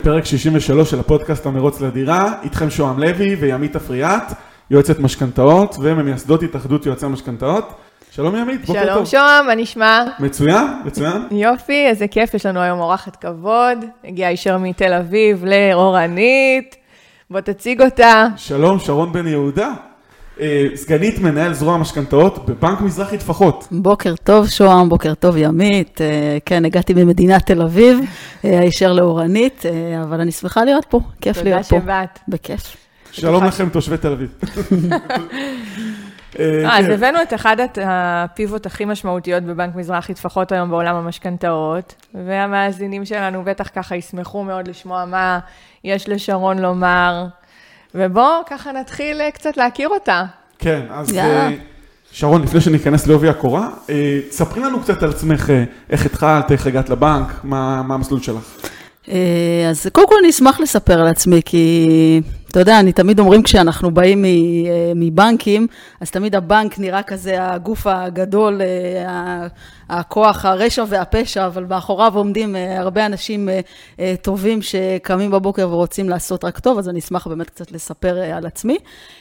פרק 63 של הפודקאסט המרוץ לדירה, איתכם שוהם לוי וימית אפריאט, יועצת משכנתאות וממייסדות התאחדות יועצי המשכנתאות. שלום ימית, בוקר טוב. שלום שוהם, מה נשמע? מצוין, מצוין. יופי, איזה כיף, יש לנו היום אורחת כבוד, הגיעה ישר מתל אביב לאורנית, בוא תציג אותה. שלום, שרון בן יהודה, סגנית מנהל זרוע המשכנתאות בבנק מזרחי טפחות. בוקר טוב שוהם, בוקר טוב ימית, כן, הגעתי ממדינת תל אביב, הישר לאורנית, אבל אני שמחה להיות פה, כיף להיות פה. תודה שבאת. בכיף. שלום לכם תושבי תל אביב. אז הבאנו את אחד הפיבוט הכי משמעותיות בבנק מזרחי טפחות היום בעולם המשכנתאות, והמאזינים שלנו בטח ככה ישמחו מאוד לשמוע מה יש לשרון לומר, ובואו ככה נתחיל קצת להכיר אותה. כן, אז שרון, לפני שניכנס לעובי הקורה, ספרי לנו קצת על עצמך, איך התחלת, איך הגעת לבנק, מה המסלול שלך? אז קודם כל אני אשמח לספר על עצמי, כי אתה יודע, אני תמיד אומרים כשאנחנו באים מבנקים, אז תמיד הבנק נראה כזה הגוף הגדול, הכוח, הרשע והפשע, אבל מאחוריו עומדים הרבה אנשים טובים שקמים בבוקר ורוצים לעשות רק טוב, אז אני אשמח באמת קצת לספר על עצמי.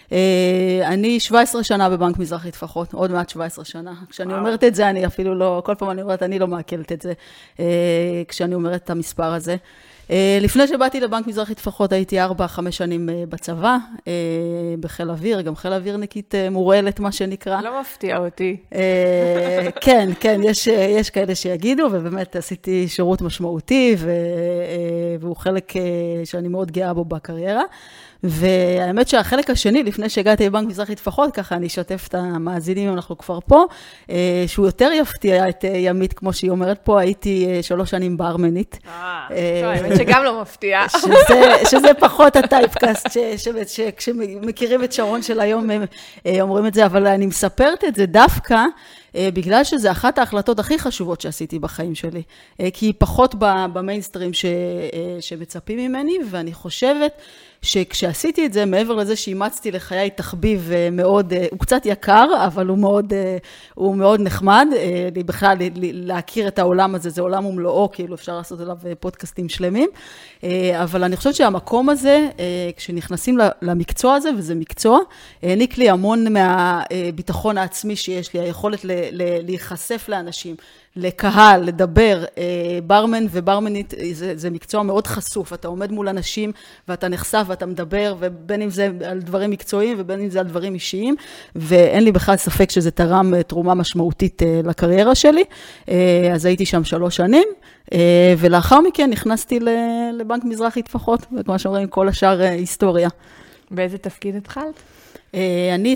אני 17 שנה בבנק מזרחי טפחות, עוד מעט 17 שנה. כשאני אומרת את זה, אני אפילו לא, כל פעם אני אומרת, אני לא מעכלת את זה, כשאני אומרת את המספר הזה. לפני שבאתי לבנק מזרחי טפחות, הייתי 4-5 שנים בצבא, בחיל אוויר, גם חיל אווירניקית מורעלת, מה שנקרא. לא מפתיע אותי. כן, כן, יש כאלה שיגידו, ובאמת עשיתי שירות משמעותי, והוא חלק שאני מאוד גאה בו בקריירה. והאמת שהחלק השני, לפני שהגעתי לבנק מזרחי טפחות, ככה אני אשתף את המאזינים, אנחנו כבר פה, שהוא יותר יפתיע את ימית, כמו שהיא אומרת פה, הייתי 3 שנים בארמנית. האמת שגם לא מפתיע. שזה פחות הטייפקאסט, שכשמכירים את שרון של היום, הם אומרים את זה, אבל אני מספרת את זה דווקא, בגלל שזה אחת ההחלטות הכי חשובות שעשיתי בחיים שלי, כי היא פחות במיינסטרים שמצפים ממני, ואני חושבת שכשעשיתי את זה, מעבר לזה שאימצתי לחיי תחביב מאוד, הוא קצת יקר, אבל הוא מאוד נחמד, בכלל להכיר את העולם הזה, זה עולם ומלואו, כאילו אפשר לעשות עליו פודקאסטים שלמים, אבל אני חושבת שהמקום הזה, כשנכנסים למקצוע הזה, וזה מקצוע, העניק לי המון מהביטחון העצמי שיש לי, היכולת להיחשף לאנשים, לקהל, לדבר, ברמן וברמנית, זה מקצוע מאוד חשוף, אתה עומד מול אנשים ואתה נחשף ואתה מדבר, ובין אם זה על דברים מקצועיים ובין אם זה על דברים אישיים, ואין לי בכלל ספק שזה תרם תרומה משמעותית לקריירה שלי, אז הייתי שם 3 שנים, ולאחר מכן נכנסתי לבנק מזרחי טפחות, וכמו שאומרים, כל השאר היסטוריה. באיזה תפקיד התחלת? אני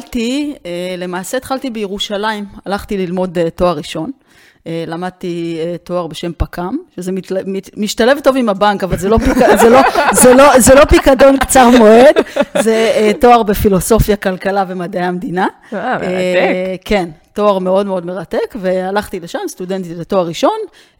למעשה התחלתי בירושלים, הלכתי ללמוד תואר ראשון, למדתי תואר בשם פקם, שזה משתלב טוב עם הבנק, אבל זה לא פיקדון קצר מועד, זה תואר בפילוסופיה, כלכלה ומדעי המדינה. מרתק. כן. תואר מאוד מאוד מרתק, והלכתי לשם, סטודנטית לתואר ראשון,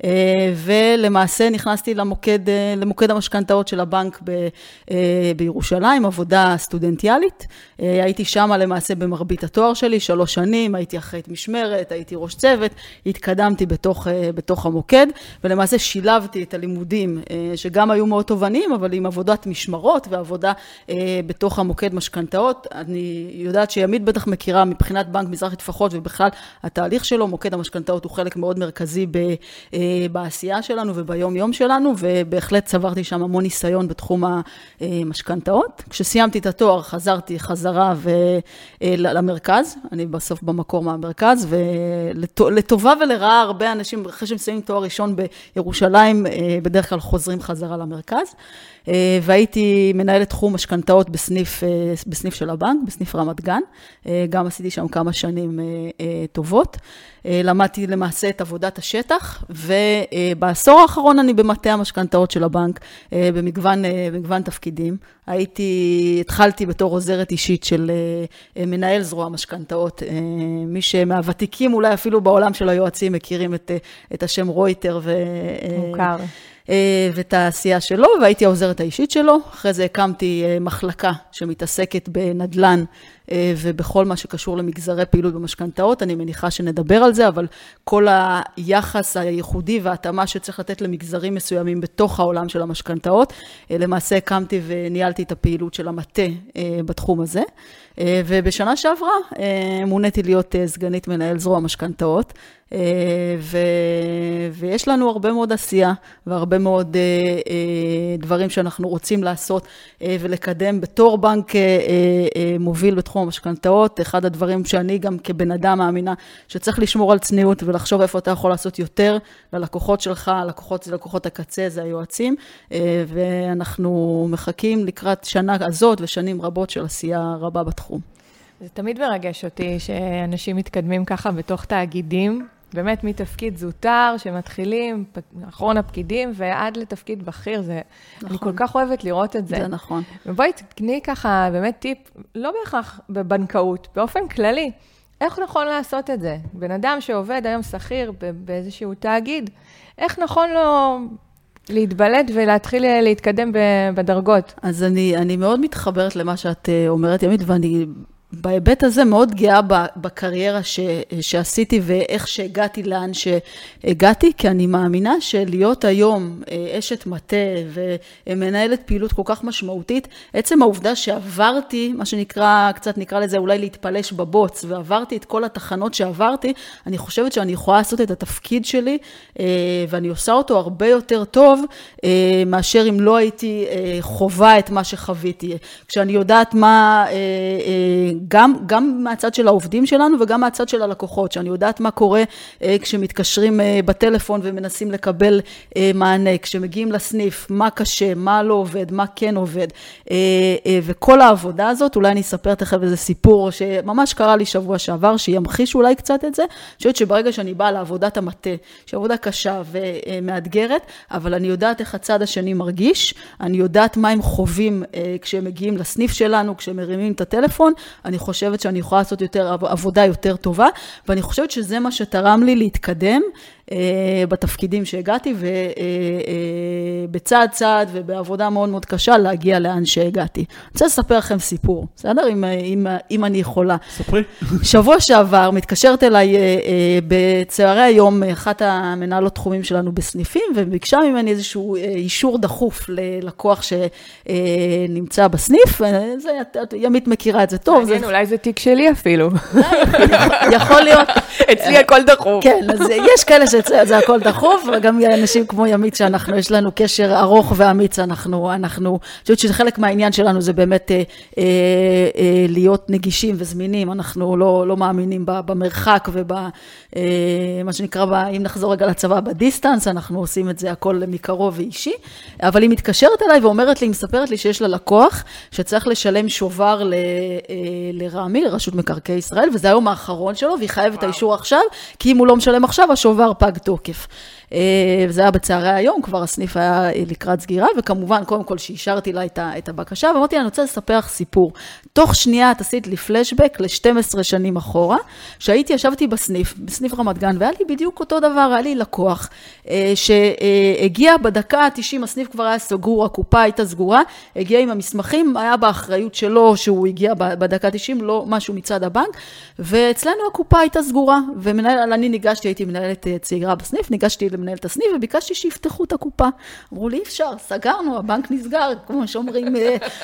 ולמעשה נכנסתי למוקד המשכנתאות של הבנק בירושלים, עבודה סטודנטיאלית. הייתי שם למעשה במרבית התואר שלי, 3 שנים, הייתי אחרית משמרת, הייתי ראש צוות, התקדמתי בתוך המוקד, ולמעשה שילבתי את הלימודים, שגם היו מאוד תובעניים, אבל עם עבודת משמרות ועבודה בתוך המוקד משכנתאות. אני יודעת שימית בטח מכירה מבחינת בנק מזרחי טפחות ובכלל התהליך שלו, מוקד המשכנתאות הוא חלק מאוד מרכזי בעשייה שלנו וביום יום שלנו, ובהחלט צברתי שם המון ניסיון בתחום המשכנתאות. כשסיימתי את התואר חזרתי חזרה למרכז, אני בסוף במקור מהמרכז, ולטובה ולרעה הרבה אנשים אחרי שמסיימים תואר ראשון בירושלים בדרך כלל חוזרים חזרה למרכז. והייתי מנהלת תחום משכנתאות בסניף של הבנק, בסניף רמת גן, גם עשיתי שם כמה שנים טובות, למדתי למעשה את עבודת השטח, ובעשור האחרון אני במטה המשכנתאות של הבנק, במגוון תפקידים, התחלתי בתור עוזרת אישית של מנהל זרוע המשכנתאות, מי שמהוותיקים אולי אפילו בעולם של היועצים מכירים את השם רויטר מוכר. ואת העשייה שלו, והייתי העוזרת האישית שלו. אחרי זה הקמתי מחלקה שמתעסקת בנדלן ובכל מה שקשור למגזרי פעילות במשכנתאות, אני מניחה שנדבר על זה, אבל כל היחס הייחודי וההתאמה שצריך לתת למגזרים מסוימים בתוך העולם של המשכנתאות, למעשה הקמתי וניהלתי את הפעילות של המטה בתחום הזה, ובשנה שעברה מוניתי להיות סגנית מנהל זרוע משכנתאות, ויש לנו הרבה מאוד עשייה והרבה מאוד דברים שאנחנו רוצים לעשות ולקדם בתור בנק מוביל בתחום המשכנתאות. אחד הדברים שאני גם כבן אדם מאמינה שצריך לשמור על צניעות ולחשוב איפה אתה יכול לעשות יותר ללקוחות שלך, לקוחות הקצה, זה היועצים, ואנחנו מחכים לקראת שנה הזאת ושנים רבות של עשייה רבה בתחום. זה תמיד מרגש אותי שאנשים מתקדמים ככה בתוך תאגידים, באמת מתפקיד זוטר שמתחילים, אחרון הפקידים, ועד לתפקיד בכיר, זה, נכון. אני כל כך אוהבת לראות את זה. זה נכון. ובואי תקני ככה באמת טיפ, לא בהכרח בבנקאות, באופן כללי, איך נכון לעשות את זה? בן אדם שעובד היום שכיר באיזשהו תאגיד, איך נכון לו להתבלט ולהתחיל להתקדם בדרגות? אז אני מאוד מתחברת למה שאת אומרת, ימית, ואני בהיבט הזה מאוד גאה בקריירה שעשיתי ואיך שהגעתי לאן שהגעתי, כי אני מאמינה שלהיות היום אשת מטה ומנהלת פעילות כל כך משמעותית, עצם העובדה שעברתי, מה שנקרא, קצת נקרא לזה אולי להתפלש בבוץ, ועברתי את כל התחנות שעברתי, אני חושבת שאני יכולה לעשות את התפקיד שלי, ואני עושה אותו הרבה יותר טוב, מאשר אם לא הייתי חובה את מה שחוויתי. כשאני יודעת מה גם מהצד של העובדים שלנו וגם מהצד של הלקוחות, שאני יודעת מה קורה כשמתקשרים בטלפון ומנסים לקבל מענה, כשמגיעים לסניף, מה קשה, מה לא עובד, מה כן עובד, וכל העבודה הזאת, אולי אני אספר תכף איזה סיפור שממש קרה לי שבוע שעבר, שימחיש אולי קצת את זה, אני חושבת שברגע שאני באה לעבודת המטה, שהיא עבודה קשה ומאתגרת, אבל אני יודעת איך הצד השני מרגיש, אני יודעת מה הם חווים כשהם מגיעים לסניף שלנו, כשהם מרימים את הטלפון, אני חושבת שאני יכולה לעשות עבודה יותר טובה, ואני חושבת שזה מה שתרם לי להתקדם בתפקידים שהגעתי, ובצעד צעד ובעבודה מאוד מאוד קשה להגיע לאן שהגעתי. אני רוצה לספר לכם סיפור, בסדר? אם אני יכולה. ספרי. שבוע שעבר מתקשרת אליי בצהרי היום אחת המנהלות תחומים שלנו בסניפים, וביקשה ממני איזשהו אישור דחוף ללקוח שנמצא בסניף, ימית מכירה את זה טוב. מעניין, אולי זה תיק שלי אפילו. יכול להיות. אצלי הכל דחוף. כן, אז יש כאלה שזה הכל דחוף, וגם אנשים כמו ימית שאנחנו, יש לנו קשר ארוך ואמיץ, אנחנו, אני חושבת שזה מהעניין שלנו, זה באמת להיות נגישים וזמינים, אנחנו לא מאמינים במרחק מה שנקרא, אם נחזור רגע לצבא בדיסטנס, אנחנו עושים את זה הכל מקרוב ואישי, אבל היא מתקשרת אליי ואומרת לי, היא מספרת לי שיש לה לקוח, שצריך לשלם שובר לרמי, רשות מקרקעי ישראל, וזה היום האחרון שלו, והיא חייבת האישור עכשיו, כי אם הוא לא משלם עכשיו, השובר פג תוקף. וזה היה בצהרי היום, כבר הסניף היה לקראת סגירה, וכמובן, קודם כל, שאישרתי לה את הבקשה, ואמרתי, אני רוצה לספר לך סיפור. תוך שנייה, עשית לי פלשבק ל-12 שנים אחורה, ישבתי בסניף רמת גן, והיה לי בדיוק אותו דבר, היה לי לקוח, שהגיע בדקה ה-90, הסניף כבר היה סגור, הקופה הייתה סגורה, הגיע עם המסמכים, היה באחריות שלו, שהוא הגיע בדקה ה-90, לא משהו מצד הבנק, ואצלנו הקופה הייתה סגורה, אני ניגשתי, הייתי מנהלת צעירה בסניף, ניגשתי למנהל את הסניף, וביקשתי שיפתחו את הקופה. אמרו לי, אפשר, סגרנו, הבנק נסגר, כמו שאומרים,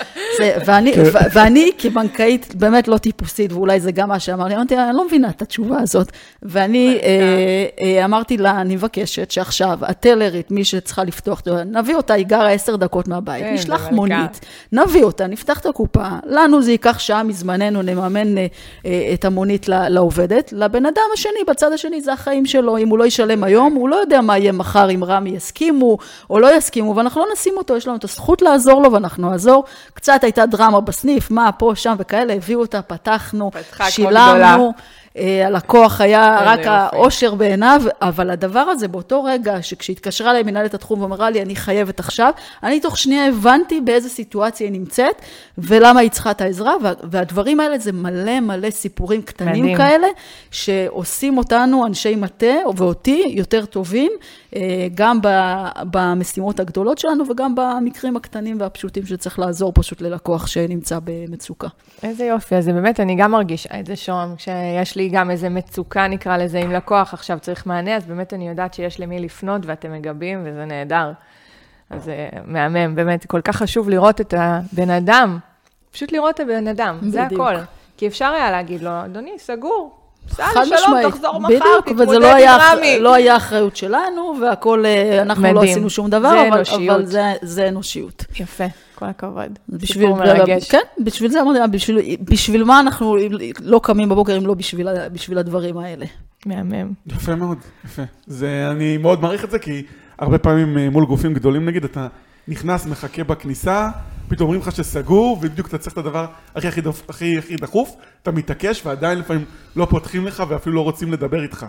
ואני כבנקאית באמת לא טיפוסית, ואולי זה גם מה שאמר לי, אמרתי, אני לא מבינה את התשובה הזאת, ואני אמרתי לה, אני מבקשת שעכשיו, הטלרית, מי שצריכה לפתוח, נביא אותה, היא גרה 10 דקות מהבית, נשלח מונית, נביא אותה, נפתח את הקופה, לנו זה ייקח שעה מזמננו, נממן את המונית לעובדת, לבן אדם השני, בצד השני, זה החיים שלו, אם הוא לא ישלם היום, הוא לא יודע מה יהיה מחר, אם רמי יסכימו או לא יסכימו, ואנחנו לא נשים אותו, יש לנו את הזכות לעזור לו, ואנחנו נעזור. קצת הייתה דרמה בסניף, מה, פה, שם וכאלה, הביאו אותה, פתחנו, שילמנו, הלקוח היה רק האושר בעיניו, אבל הדבר הזה באותו רגע, שכשהתקשרה אליי מנהלת התחום ואמרה לי, אני חייבת עכשיו, אני תוך שנייה הבנתי באיזה סיטואציה היא נמצאת, ולמה היא צריכה את העזרה, והדברים האלה זה מלא מלא סיפורים קטנים מדהים. כאלה, שעושים אותנו אנשי מטה, ואותי יותר טובים, גם במשימות הגדולות שלנו, וגם במקרים הקטנים והפשוטים שצריך לעזור פשוט ללקוח שנמצא במצוקה. איזה יופי, אז באמת אני גם מרגישה את זה שום, כשיש לי גם איזה מצוקה נקרא לזה עם לקוח, עכשיו צריך מענה, אז באמת אני יודעת שיש למי לפנות ואתם מגבים, וזה נהדר. אז זה מהמם, באמת כל כך חשוב לראות את הבן אדם, פשוט לראות את הבן אדם, זה הכל. כי אפשר היה להגיד לו, אדוני, סגור. חד משמעית, בדיוק, וזה לא היה אחריות שלנו, והכל, אנחנו לא עשינו שום דבר, אבל זה אנושיות. יפה, כל הכבוד. סיפור מרגש. כן, בשביל זה אמרתי, בשביל מה אנחנו לא קמים בבוקר אם לא בשביל הדברים האלה. מהמם. יפה מאוד, יפה. אני מאוד מעריך את זה, כי הרבה פעמים מול גופים גדולים, נגיד, אתה נכנס, מחכה בכניסה, פתאום אומרים לך שסגור, ובדיוק אתה צריך את הדבר הכי דחוף, אתה מתעקש ועדיין לפעמים לא פותחים לך ואפילו לא רוצים לדבר איתך.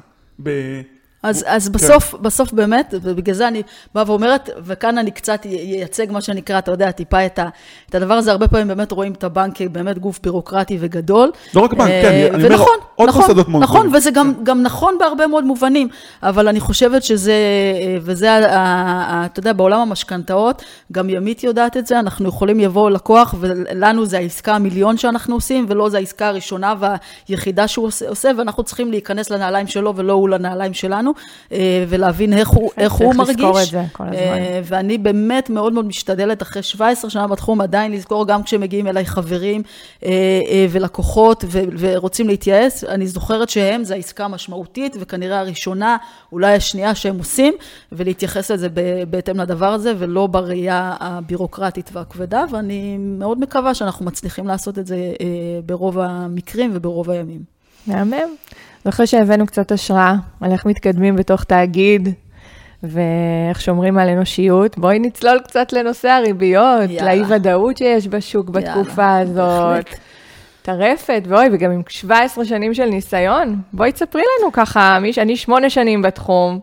אז בסוף באמת, ובגלל זה אני באה ואומרת, וכאן אני קצת ייצג מה שנקרא, אתה יודע, טיפה את הדבר הזה, הרבה פעמים באמת רואים את הבנק כבאמת גוף בירוקרטי וגדול. לא רק בנק, כן, אני אומר עוד מוסדות מאוד. נכון, וזה גם נכון בהרבה מאוד מובנים, אבל אני חושבת שזה, וזה, אתה יודע, בעולם המשכנתאות, גם ימית יודעת את זה, אנחנו יכולים לבוא לקוח, ולנו זה העסקה המיליון שאנחנו עושים, ולא זה העסקה הראשונה והיחידה שהוא עושה, ואנחנו צריכים להיכנס לנעליים שלו, ולא הוא לנעליים שלנו. ולהבין איך הוא מרגיש. ואני באמת מאוד מאוד משתדלת אחרי 17 שנה בתחום עדיין לזכור גם כשמגיעים אליי חברים ולקוחות ורוצים להתייעץ, אני זוכרת שהם זה העסקה המשמעותית וכנראה הראשונה, אולי השנייה שהם עושים, ולהתייחס לזה בהתאם לדבר הזה ולא בראייה הבירוקרטית והכבדה, ואני מאוד מקווה שאנחנו מצליחים לעשות את זה ברוב המקרים וברוב הימים. מהמם. ואחרי שהבאנו קצת השראה על איך מתקדמים בתוך תאגיד, ואיך שומרים על אנושיות, בואי נצלול קצת לנושא הריביות, לאי-ודאות שיש בשוק בתקופה הזאת. טרפת, וגם עם 17 שנים של ניסיון, בואי תספרי לנו ככה, אני 8 שנים בתחום,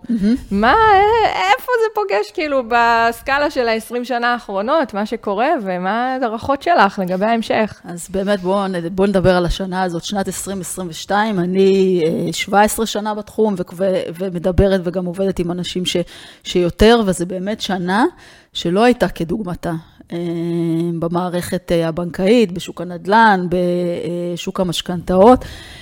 איפה זה פוגש כאילו בסקאלה של ה-20 שנה האחרונות, מה שקורה ומה הדרכות שלך לגבי ההמשך? אז באמת בואו נדבר על השנה הזאת, שנת 2022, אני 17 שנה בתחום ומדברת וגם עובדת עם אנשים שיותר, וזה באמת שנה שלא הייתה כדוגמתה. במערכת הבנקאית, בשוק הנדל"ן, בשוק המשכנתאות,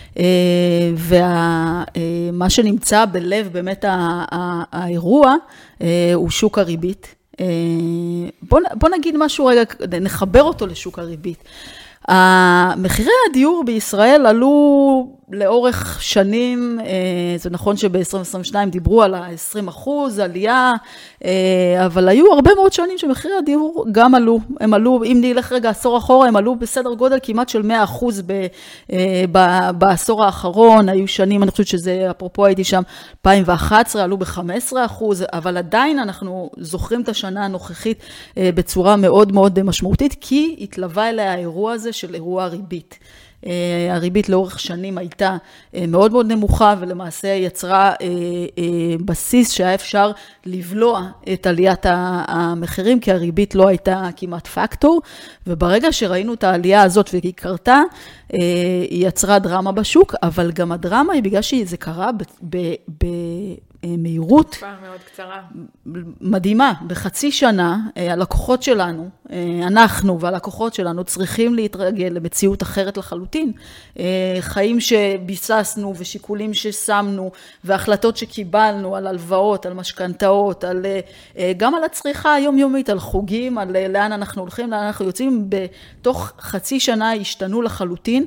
ומה שנמצא בלב באמת האירוע הוא שוק הריבית. בוא נגיד משהו רגע, נחבר אותו לשוק הריבית. מחירי הדיור בישראל עלו לאורך שנים, זה נכון שב-2022 דיברו על ה-20% עלייה, אבל היו הרבה מאוד שנים שמחירי הדיור גם עלו, הם עלו, אם נלך רגע עשור אחורה, הם עלו בסדר גודל כמעט של 100% בעשור האחרון, היו שנים, אני חושבת שזה, אפרופו הייתי שם, 2011, עלו ב-15%, אבל עדיין אנחנו זוכרים את השנה הנוכחית בצורה מאוד מאוד משמעותית, כי התלווה אליה האירוע הזה של אירוע הריבית. הריבית לאורך שנים הייתה מאוד מאוד נמוכה, ולמעשה יצרה בסיס שהיה אפשר לבלוע את עליית המחירים, כי הריבית לא הייתה כמעט פקטור, וברגע שראינו את העלייה הזאת והיא קרתה, היא יצרה דרמה בשוק, אבל גם הדרמה היא בגלל שזה קרה במהירות. תקופה מאוד קצרה. מדהימה. בחצי שנה, הלקוחות שלנו, אנחנו והלקוחות שלנו צריכים להתרגל למציאות אחרת לחלוטין. חיים שביססנו ושיקולים ששמנו והחלטות שקיבלנו על הלוואות, על משכנתאות, גם על הצריכה היומיומית, על חוגים, על לאן אנחנו הולכים, לאן אנחנו יוצאים, בתוך חצי שנה השתנו לחלוטין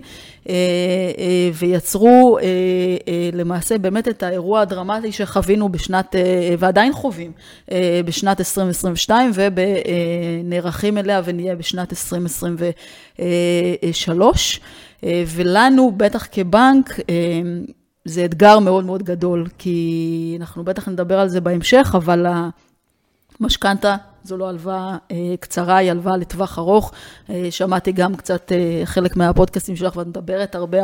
ויצרו למעשה באמת את האירוע הדרמטי שחווינו בשנת, ועדיין חווים, בשנת 2022 ונערכים אליה ונהיה בשנת 2023. ולנו בטח כבנק זה אתגר מאוד מאוד גדול, כי אנחנו בטח נדבר על זה בהמשך, אבל המשכנתה זו לא הלוואה קצרה, היא הלוואה לטווח ארוך. שמעתי גם קצת חלק מהפודקאסטים שלך, ואת מדברת הרבה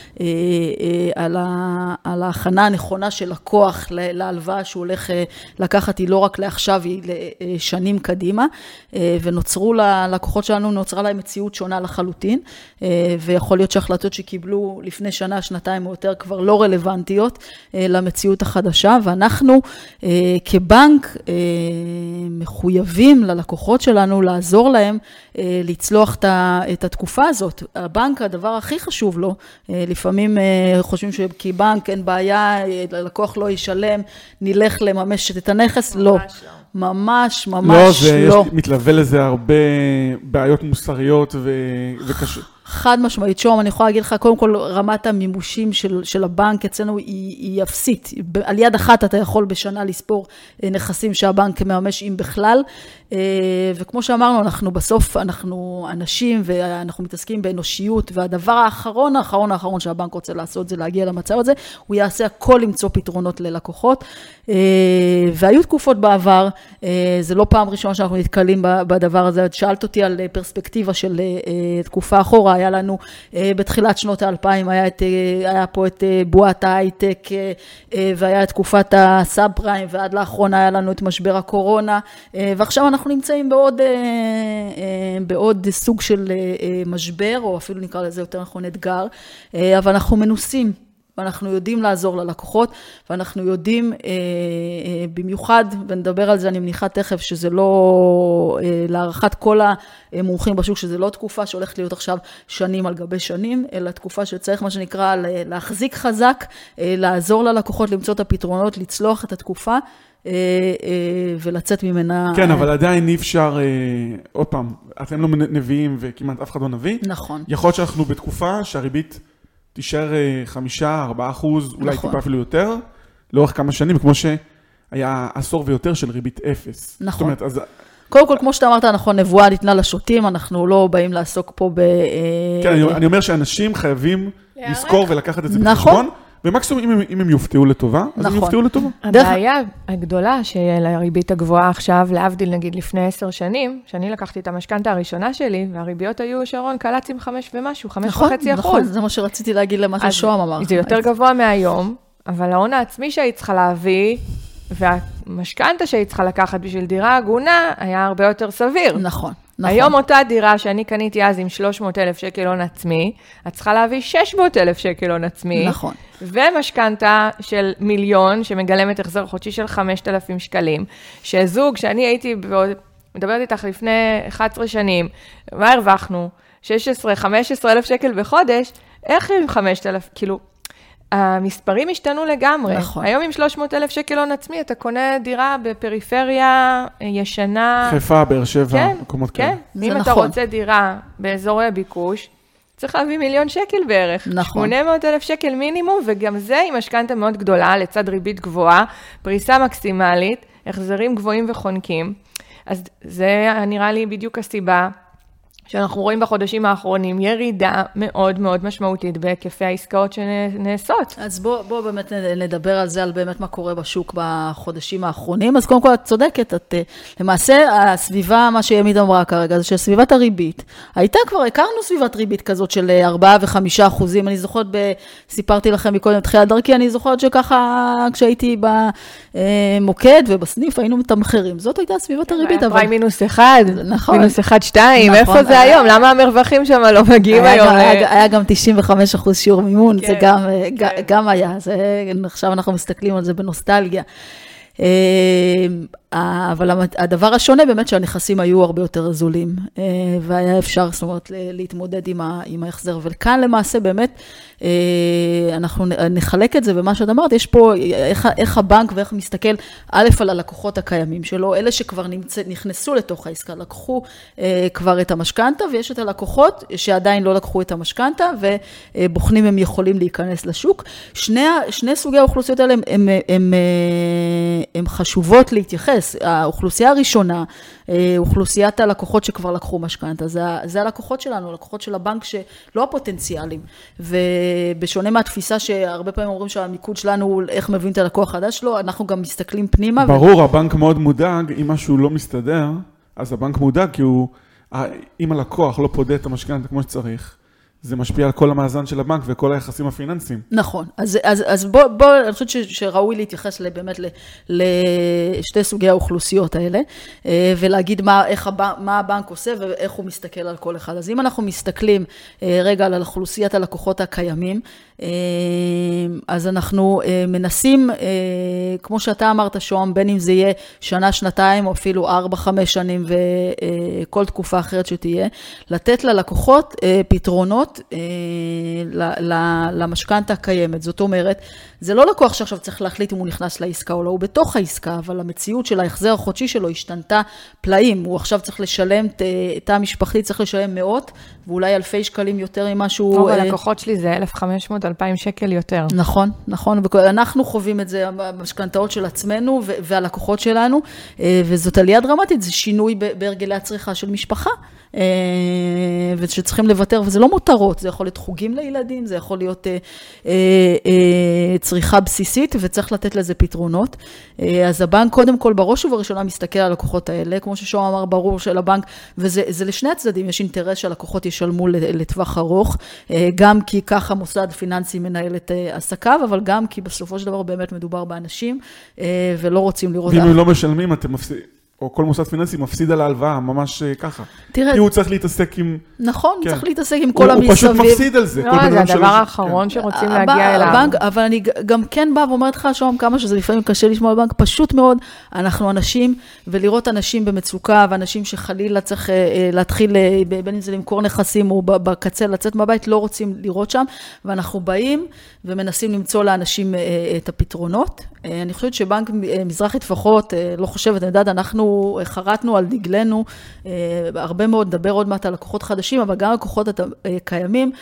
על ההכנה הנכונה של לקוח להלוואה שהוא הולך לקחת, היא לא רק לעכשיו, היא לשנים קדימה, ונוצרו ללקוחות שלנו, נוצרה להם מציאות שונה לחלוטין, ויכול להיות שההחלטות שקיבלו לפני שנה, שנתיים או יותר, כבר לא רלוונטיות למציאות החדשה, ואנחנו כבנק מחויבים ללקוחות שלנו לעזור להם לצלוח את התקופה הזאת. הבנק, הדבר הכי חשוב לו, לפעמים חושבים שכבנק אין בעיה, ללקוח לא ישלם, נלך לממש את הנכס, לא. ממש לא. לא, יש מתלווה לזה הרבה בעיות מוסריות וקשות. חד משמעית, שום, אני יכולה להגיד לך, קודם כל רמת המימושים של הבנק אצלנו היא אפסית. על יד אחת אתה יכול בשנה לספור נכסים שהבנק מממש אם בכלל, וכמו שאמרנו, אנחנו בסוף, אנחנו אנשים ואנחנו מתעסקים באנושיות, והדבר האחרון שהבנק רוצה לעשות זה להגיע למצב הזה, הוא יעשה הכל למצוא פתרונות ללקוחות, והיו תקופות בעבר, זה לא פעם ראשונה שאנחנו נתקלים בדבר הזה, שאלת אותי על פרספקטיבה של תקופה אחורה, היה לנו בתחילת שנות ה-2000, היה פה את בועת ההייטק, והיה את תקופת הסאב פריים, ועד לאחרונה היה לנו את משבר הקורונה, ועכשיו אנחנו נמצאים בעוד סוג של משבר, או אפילו נקרא לזה יותר נכון אתגר, אבל אנחנו מנוסים, ואנחנו יודעים לעזור ללקוחות, ואנחנו יודעים במיוחד, ונדבר על זה, אני מניחה תכף, שזה לא, להערכת כל המומחים בשוק, שזה לא תקופה שהולכת להיות עכשיו שנים על גבי שנים, אלא תקופה שצריך מה שנקרא להחזיק חזק, לעזור ללקוחות למצוא את הפתרונות, לצלוח את התקופה, ולצאת ממנה. כן, אבל עדיין אי אפשר, עוד פעם, אתם לא נביאים וכמעט אף אחד לא נביא. נכון. יכול להיות שאנחנו בתקופה שהריבית תישאר 5-4%, אולי טיפה אפילו יותר, לאורך כמה שנים, כמו שהיה עשור ויותר של ריבית אפס. נכון. זאת אומרת, אז קודם כל, כמו שאתה אמרת, נכון, נבואה ניתנה לשוטים, אנחנו לא באים לעסוק פה כן, אני אומר שאנשים חייבים לזכור ולקחת את זה בחשבון, ומקסימום אם הם יופתעו לטובה, אז הם יופתעו לטובה. הבעיה הגדולה של הריבית הגבוהה עכשיו, להבדיל נגיד לפני 10 שנים, שאני לקחתי את המשכנתה הראשונה שלי, והריביות היו שרון קלץ עם 5 ומשהו, 5.5%. נכון, זה מה שרציתי להגיד למה ששום אמר. זה יותר גבוה מהיום, אבל ההון העצמי שהיית צריכה להביא, והמשכנתה שהיית צריכה לקחת בשביל דירה הגונה, היה הרבה יותר סביר. נכון. היום אותה דירה שאני קניתי אז עם 300,000 שקל הון עצמי, את צריכה להביא 600,000 שקל הון עצמי. נכון. ומשכנתה של 1,000,000, שמגלמת החזר חודשי של 5,000 שקלים, שזוג שאני הייתי, מדברת איתך לפני 11 שנים, מה הרווחנו? 15,000 שקל בחודש, איך עם 5,000? כאילו, המספרים השתנו לגמרי. נכון. היום עם 300,000 שקל הון עצמי, אתה קונה דירה בפריפריה ישנה. חיפה, באר שבע, מקומות כאלה. כן, אם אתה רוצה דירה באזורי ביקוש, צריך להביא 1,000,000 שקל בערך. נכון. 800,000 שקל מינימום, וגם זה עם משכנתה מאוד גדולה, לצד ריבית גבוהה, פריסה מקסימלית, החזרים גבוהים וחונקים. אז זה נראה לי בדיוק הסיבה, שאנחנו רואים בחודשים האחרונים ירידה מאוד מאוד משמעותית בהיקפי העסקאות שנעשות. אז בוא באמת נדבר על זה, על באמת מה קורה בשוק בחודשים האחרונים. אז קודם כל את צודקת, למעשה הסביבה, מה שימית אמרה כרגע, זה שסביבת הריבית, הייתה כבר, הכרנו סביבת ריבית כזאת של 4 ו5%, אני זוכרת, סיפרתי לכם מקודם תחילת דרכי, אני זוכרת שככה כשהייתי במוקד ובסניף היינו מתמחרים, זאת הייתה סביבת הריבית. פריים -1, נכון. -1, -2, איפה זה היום? למה המרווחים שם לא מגיעים היום? היה גם 95% שיעור מימון, זה גם היה, עכשיו אנחנו מסתכלים על זה בנוסטלגיה. אבל הדבר השונה באמת שהנכסים היו הרבה יותר זולים, והיה אפשר, זאת אומרת, להתמודד עם ההחזר. וכאן למעשה באמת, אנחנו נחלק את זה, ומה שאת אמרת, יש פה איך הבנק ואיך מסתכל, א' על הלקוחות הקיימים שלו, אלה שכבר נכנסו לתוך העסקה, לקחו כבר את המשכנתה, ויש את הלקוחות שעדיין לא לקחו את המשכנתה, ובוחנים הם יכולים להיכנס לשוק. שני סוגי האוכלוסיות האלה הם חשובות להתייחס, להתייחס. האוכלוסייה הראשונה, אוכלוסיית הלקוחות שכבר לקחו משכנתא, זה הלקוחות שלנו, הלקוחות של הבנק שלא הפוטנציאלים. ובשונה מהתפיסה שהרבה פעמים אומרים שהמיקוד שלנו הוא איך מביאים את הלקוח החדש שלו, אנחנו גם מסתכלים פנימה. ברור, הבנק מאוד מודאג, אם משהו לא מסתדר, אז הבנק מודאג, כי אם הלקוח לא פודה את המשכנתא כמו שצריך, זה משפיע על כל המאזן של הבנק וכל היחסים הפיננסיים. נכון. אז בוא, אני חושבת שראוי להתייחס באמת לשתי סוגי האוכלוסיות האלה, ולהגיד מה הבנק עושה ואיך הוא מסתכל על כל אחד. אז אם אנחנו מסתכלים רגע על אוכלוסיית הלקוחות הקיימים, אז אנחנו מנסים, כמו שאתה אמרת שוהם, בין אם זה יהיה שנה, שנתיים, או אפילו 4-5 שנים וכל תקופה אחרת שתהיה, לתת ללקוחות פתרונות למשכנתא הקיימת. זאת אומרת, זה לא לקוח שעכשיו צריך להחליט אם הוא נכנס לעסקה או לא, הוא בתוך העסקה, אבל המציאות של ההחזר החודשי שלו השתנתה פלאים. הוא עכשיו צריך לשלם, תא המשפחתי צריך לשלם מאות, ואולי אלפי שקלים יותר ממה שהוא... הלקוחות שלי זה 1,500-2,000 שקל יותר. נכון, נכון. אנחנו חווים את זה, המשכנתאות של עצמנו והלקוחות שלנו, וזאת עלייה דרמטית, זה שינוי בהרגלי הצריכה של משפחה, ושצריכים לוותר, וזה לא מותרות, זה יכול להיות חוגים לילדים, זה יכול להיות צריכה בסיסית, וצריך לתת לזה פתרונות. אז הבנק קודם כל בראש ובראשונה מסתכל על הלקוחות האלה, כמו ששום אמר ברור של הבנק, וזה לשני הצדדים, יש אינטרס שהלקוחות ישלמו לטווח ארוך, גם כי ככה מוסד פיננסי מנהל את עסקיו, אבל גם כי בסופו של דבר באמת מדובר באנשים, ולא רוצים לראות... ואם הם לא משלמים, אתם מפסידים. או כל מוסד פיננסי מפסיד על ההלוואה, ממש ככה. תראה, כי הוא צריך להתעסק עם... נכון, כן. צריך להתעסק עם כל המסביב. הוא פשוט מפסיד על זה. לא, זה הדבר האחרון שרוצים להגיע אליו. הבנק, אבל אני גם כן באה ואומרת לך, שום כמה שזה לפעמים קשה לשמוע בבנק, פשוט מאוד, אנחנו אנשים, ולראות אנשים במצוקה, ואנשים שחלילה צריך להתחיל, בין אם זה למכור נכסים, או בקצה לצאת מהבית, לא רוצים לראות שם, ואנחנו באים ומנסים למצוא לאנשים את הפתרונות. אני חושבת שבנק מזרחי טפחות, לא חושבת, אני יודעת, אנחנו חרטנו על דגלנו, הרבה מאוד לדבר עוד מעט על לקוחות חדשים, אבל גם לקוחות קיימים,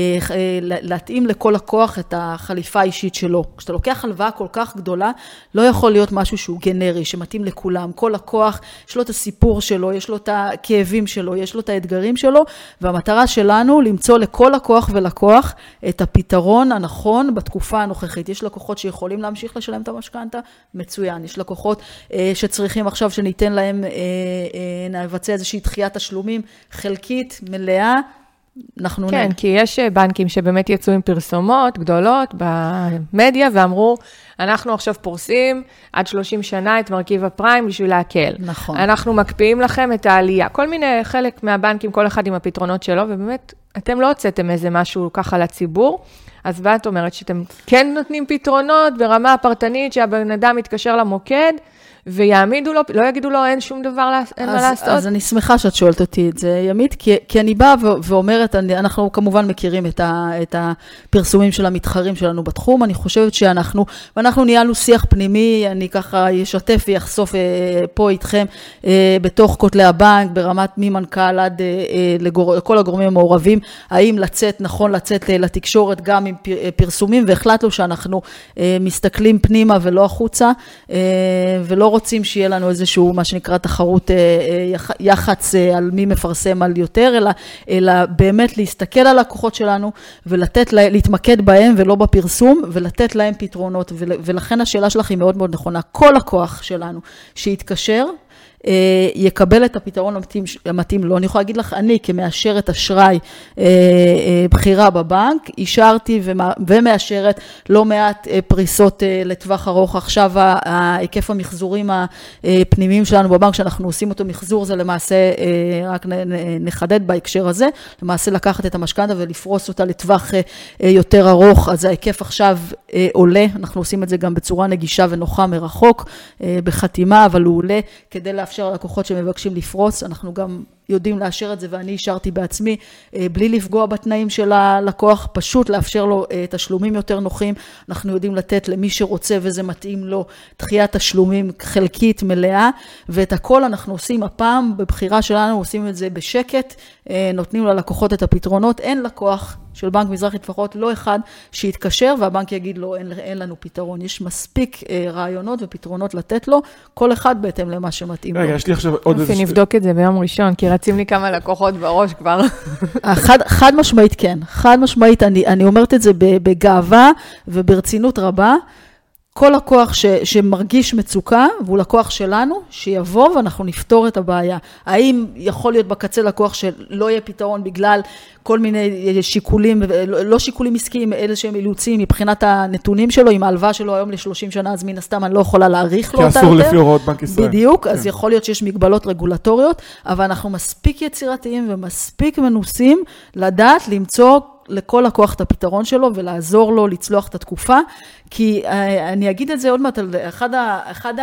להתאים לכל לקוח את החליפה האישית שלו. כשאתה לוקח הלוואה כל כך גדולה, לא יכול להיות משהו שהוא גנרי, שמתאים לכולם. כל לקוח, יש לו את הסיפור שלו, יש לו את הכאבים שלו, יש לו את האתגרים שלו, והמטרה שלנו למצוא לכל לקוח ולקוח את הפתרון הנכון בתקופה הנוכחית. יש לקוחות שיכולים להמשיך לשלם את המשכנתא, מצוין. יש לקוחות שצריכים עכשיו שניתן להם, נבצע איזושהי דחיית תשלומים חלקית, מלאה, אנחנו... כן, כי יש בנקים שבאמת יצאו עם פרסומות גדולות במדיה, ואמרו, אנחנו עכשיו פורסים עד 30 שנה את מרכיב הפריים בשביל להקל. נכון. אנחנו מקפיאים לכם את העלייה. כל מיני חלק מהבנקים, כל אחד עם הפתרונות שלו, ובאמת, אתם לא הוצאתם איזה משהו ככה לציבור, אז ואת אומרת שאתם כן נותנים פתרונות ברמה הפרטנית, שהבן אדם מתקשר למוקד, ויעמידו לו, לא יגידו לו, אין שום דבר, אין מה לעשות. אז אני שמחה שאת שואלת אותי את זה, ימית, כי אני באה ואומרת, אנחנו כמובן מכירים את הפרסומים של המתחרים שלנו בתחום, אני חושבת ואנחנו ניהלנו שיח פנימי, אני ככה ישתף ויחשוף פה איתכם, בתוך כותלי הבנק, ברמת ממנכ"ל עד לכל הגורמים המעורבים, האם נכון לצאת לתקשורת גם עם פרסומים, והחלטנו שאנחנו מסתכלים פנימה ולא החוצה, ולא רוצים שיהיה לנו איזשהו, מה שנקרא, תחרות יחץ על מי מפרסם על יותר, אלא באמת להסתכל על הכוחות שלנו, להתמקד בהם ולא בפרסום, ולתת להם פתרונות, ולכן השאלה שלך היא מאוד מאוד נכונה. כל הכוח שלנו שיתקשר, יקבל את הפתרון המתאים לו. אני יכולה להגיד לך, אני כמאשרת אשראי בחירה בבנק, אישרתי ומאשרת לא מעט פריסות לטווח ארוך. עכשיו ההיקף המחזורים הפנימיים שלנו בבנק, שאנחנו עושים אותו מחזור, זה למעשה, רק נחדד בהקשר הזה, למעשה לקחת את המשכנתא ולפרוס אותה לטווח יותר ארוך, אז ההיקף עכשיו עולה, אנחנו עושים את זה גם בצורה נגישה ונוחה מרחוק, בחתימה, אבל הוא עולה כדי לאפשר לקוחות שמבקשים לפרוץ, אנחנו גם יודעים לאשר את זה, ואני אישרתי בעצמי, בלי לפגוע בתנאים של הלקוח, פשוט לאפשר לו תשלומים יותר נוחים. אנחנו יודעים לתת למי שרוצה וזה מתאים לו דחיית תשלומים חלקית מלאה, ואת הכל אנחנו עושים הפעם, בבחירה שלנו עושים את זה בשקט, נותנים ללקוחות את הפתרונות, אין לקוח של בנק מזרחי טפחות, לא אחד שיתקשר והבנק יגיד לו אין לנו פתרון, יש מספיק רעיונות ופתרונות לתת לו, כל אחד בהתאם למה שמתאים לו. רגע, יש לי עכשיו עוד איזה... נבדוק את זה ביום ראשון, כי רצים לי כמה לקוחות בראש כבר. חד משמעית כן, חד משמעית, אני אומרת את זה בגאווה וברצינות רבה, כל לקוח שמרגיש מצוקה, והוא לקוח שלנו, שיבוא ואנחנו נפתור את הבעיה. האם יכול להיות בקצה לקוח שלא יהיה פתרון בגלל כל מיני שיקולים, לא שיקולים עסקיים, אלה שהם אילוצים מבחינת הנתונים שלו, עם ההלוואה שלו היום ל-30 שנה, אז מן הסתם אני לא יכולה להאריך לו אותה יותר. כי אסור לפי הוראות בנק ישראל. בדיוק, אז יכול להיות שיש מגבלות רגולטוריות, אבל אנחנו מספיק יצירתיים ומספיק מנוסים לדעת למצוא לכל לקוח את הפתרון שלו ולעזור לו לצלוח את התקופה, כי אני אגיד את זה עוד מעט, אחד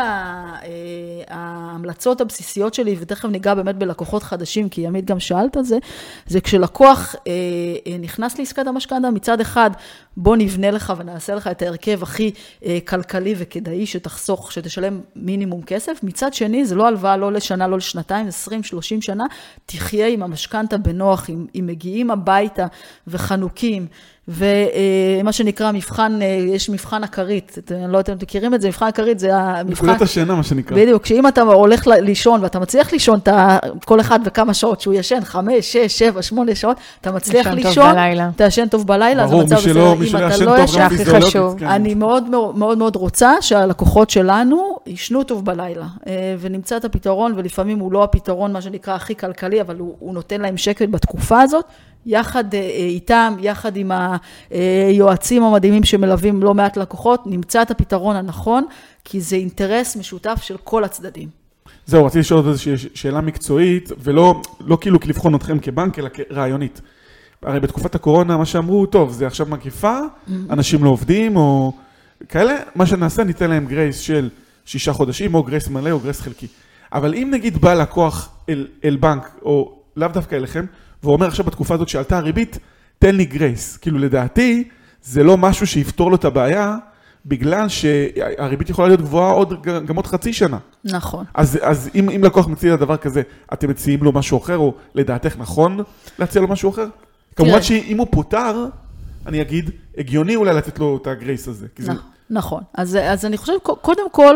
ההמלצות הבסיסיות שלי, ותכף ניגע באמת בלקוחות חדשים, כי ימית גם שאלת על זה, זה כשלקוח נכנס לעסקת המשכנתא, מצד אחד בוא נבנה לך ונעשה לך את ההרכב הכי כלכלי וכדאי שתחסוך, שתשלם מינימום כסף, מצד שני זה לא הלוואה, לא לשנה, לא לשנתיים, 20-30 שנה, תחיה עם המשכנתא בנוח, אם מגיעים הביתה וחנוקים, ומה שנקרא מבחן, יש מבחן הכרית, אני לא יודעת אם אתם מכירים את זה, מבחן הכרית זה המבחן... נקודת השינה, מה שנקרא. בדיוק, שאם אתה הולך לישון, ואתה מצליח לישון כל אחד וכמה שעות שהוא ישן, 5, 6, 7, 8 שעות, אתה מצליח לישון, אתה ישן טוב בלילה, ברור, מי שלא ישן טוב גם פיזיולוגית. אני מאוד מאוד מאוד רוצה שהלקוחות שלנו ישנו טוב בלילה, ונמצא את הפתרון, ולפעמים הוא לא הפתרון, מה שנקרא הכי כלכלי, אבל הוא נותן להם שקט בתקופה הזאת, יחד איתם, יחד עם היועצים המדהימים שמלווים לא מעט לקוחות, נמצא את הפתרון הנכון, כי זה אינטרס משותף של כל הצדדים. זהו, רציתי לשאול איזושהי שאלה מקצועית, ולא כאילו לבחון אתכם כבנק, אלא כרעיונית. הרי בתקופת הקורונה, מה שאמרו, טוב, זה עכשיו מגיפה, אנשים לא עובדים, או כאלה, מה שנעשה, ניתן להם גרייס של 6 חודשים, או גרייס מלא, או גרייס חלקי. אבל אם נגיד בא לקוח אל בנק, או לאו דווקא אליכם, והוא אומר עכשיו בתקופה הזאת שעלתה הריבית, תן לי גרייס. כאילו לדעתי, זה לא משהו שיפתור לו את הבעיה, בגלל שהריבית יכולה להיות גבוהה גם עוד חצי שנה. נכון. אז אם לקוח מציע לדבר כזה, אתם מציעים לו משהו אחר, או לדעתך נכון להציע לו משהו אחר? כמובן שאם הוא פוטר, אני אגיד, הגיוני אולי לתת לו את הגרייס הזה. נכון. אז אני חושב, קודם כל,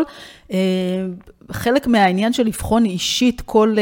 חלק מהעניין של לבחון אישית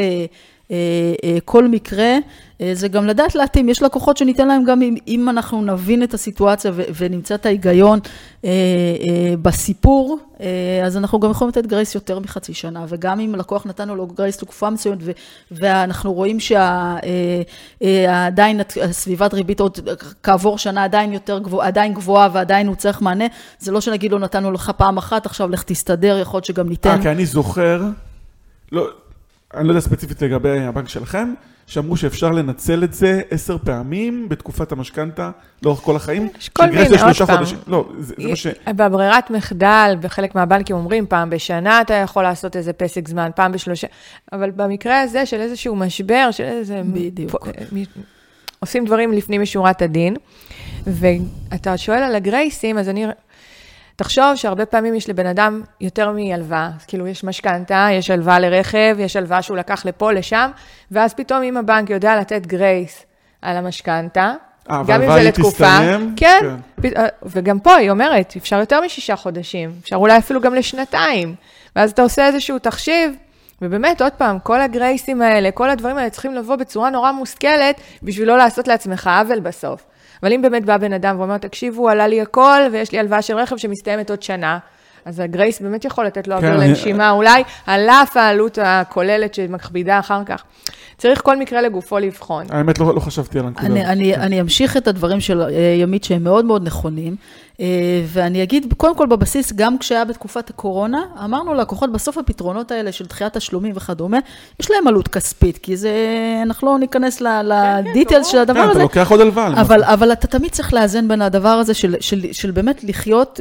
כל מקרה, זה גם לדעת להתאים, יש לקוחות שניתן להם גם אם אנחנו נבין את הסיטואציה ונמצא את ההיגיון בסיפור, אז אנחנו גם יכולים לתת גרייס יותר מחצי שנה, וגם אם לקוח נתנו לו גרייס תקופה מסוימת, ואנחנו רואים שעדיין סביבת ריבית עוד כעבור שנה עדיין גבוהה ועדיין הוא צריך מענה, זה לא שנגיד לו נתנו לך פעם אחת, עכשיו לך תסתדר, יכול להיות שגם ניתן. כי אני זוכר, אני לא יודע ספציפית לגבי הבנק שלכם, שאמרו שאפשר לנצל את זה 10 פעמים בתקופת המשכנתא, לאורך כל החיים. יש כל מיני, עוד פעם. לא, זה מה ש... בברירת מחדל, בחלק מהבנקים אומרים, פעם בשנה אתה יכול לעשות איזה פסק זמן, פעם בשלושה, אבל במקרה הזה של איזשהו משבר, של איזה... בדיוק. עושים דברים לפנים משורת הדין, ואתה שואל על הגרייסים, אז אני... תחשוב שהרבה פעמים יש לבן אדם יותר מהלוואה, כאילו יש משכנתא, יש הלוואה לרכב, יש הלוואה שהוא לקח לפה, לשם, ואז פתאום אם הבנק יודע לתת גרייס על המשכנתא, גם אם זה לתקופה, כן, וגם פה היא אומרת, אפשר יותר מ6 חודשים, אפשר אולי אפילו גם לשנתיים, ואז אתה עושה איזשהו תחשיב, ובאמת עוד פעם, כל הגרייסים האלה, כל הדברים האלה צריכים לבוא בצורה נורא מושכלת, בשביל לא לעשות לעצמך עוול בסוף. אבל אם באמת בא בן אדם ואומר, תקשיבו, עלה לי הכל, ויש לי הלוואה של רכב שמסתיימת עוד שנה, אז הגרייס באמת יכול לתת לו אוויר לנשימה, אולי על אף העלות הכוללת שמכבידה אחר כך. צריך כל מקרה לגופו לבחון. האמת לא חשבתי על הנקודה. אני אמשיך את הדברים של ימית שהם מאוד מאוד נכונים. ואני אגיד, קודם כל בבסיס, גם כשהיה בתקופת הקורונה, אמרנו לקוחות בסוף הפתרונות האלה של דחיית תשלומים וכדומה, יש להם עלות כספית, כי זה, אנחנו לא ניכנס לדיטלס של הדבר הזה. אתה לוקח עוד הלוואה. אבל אתה תמיד צריך לאזן בין הדבר הזה של באמת לחיות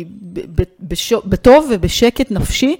בטוב ובשקט נפשי,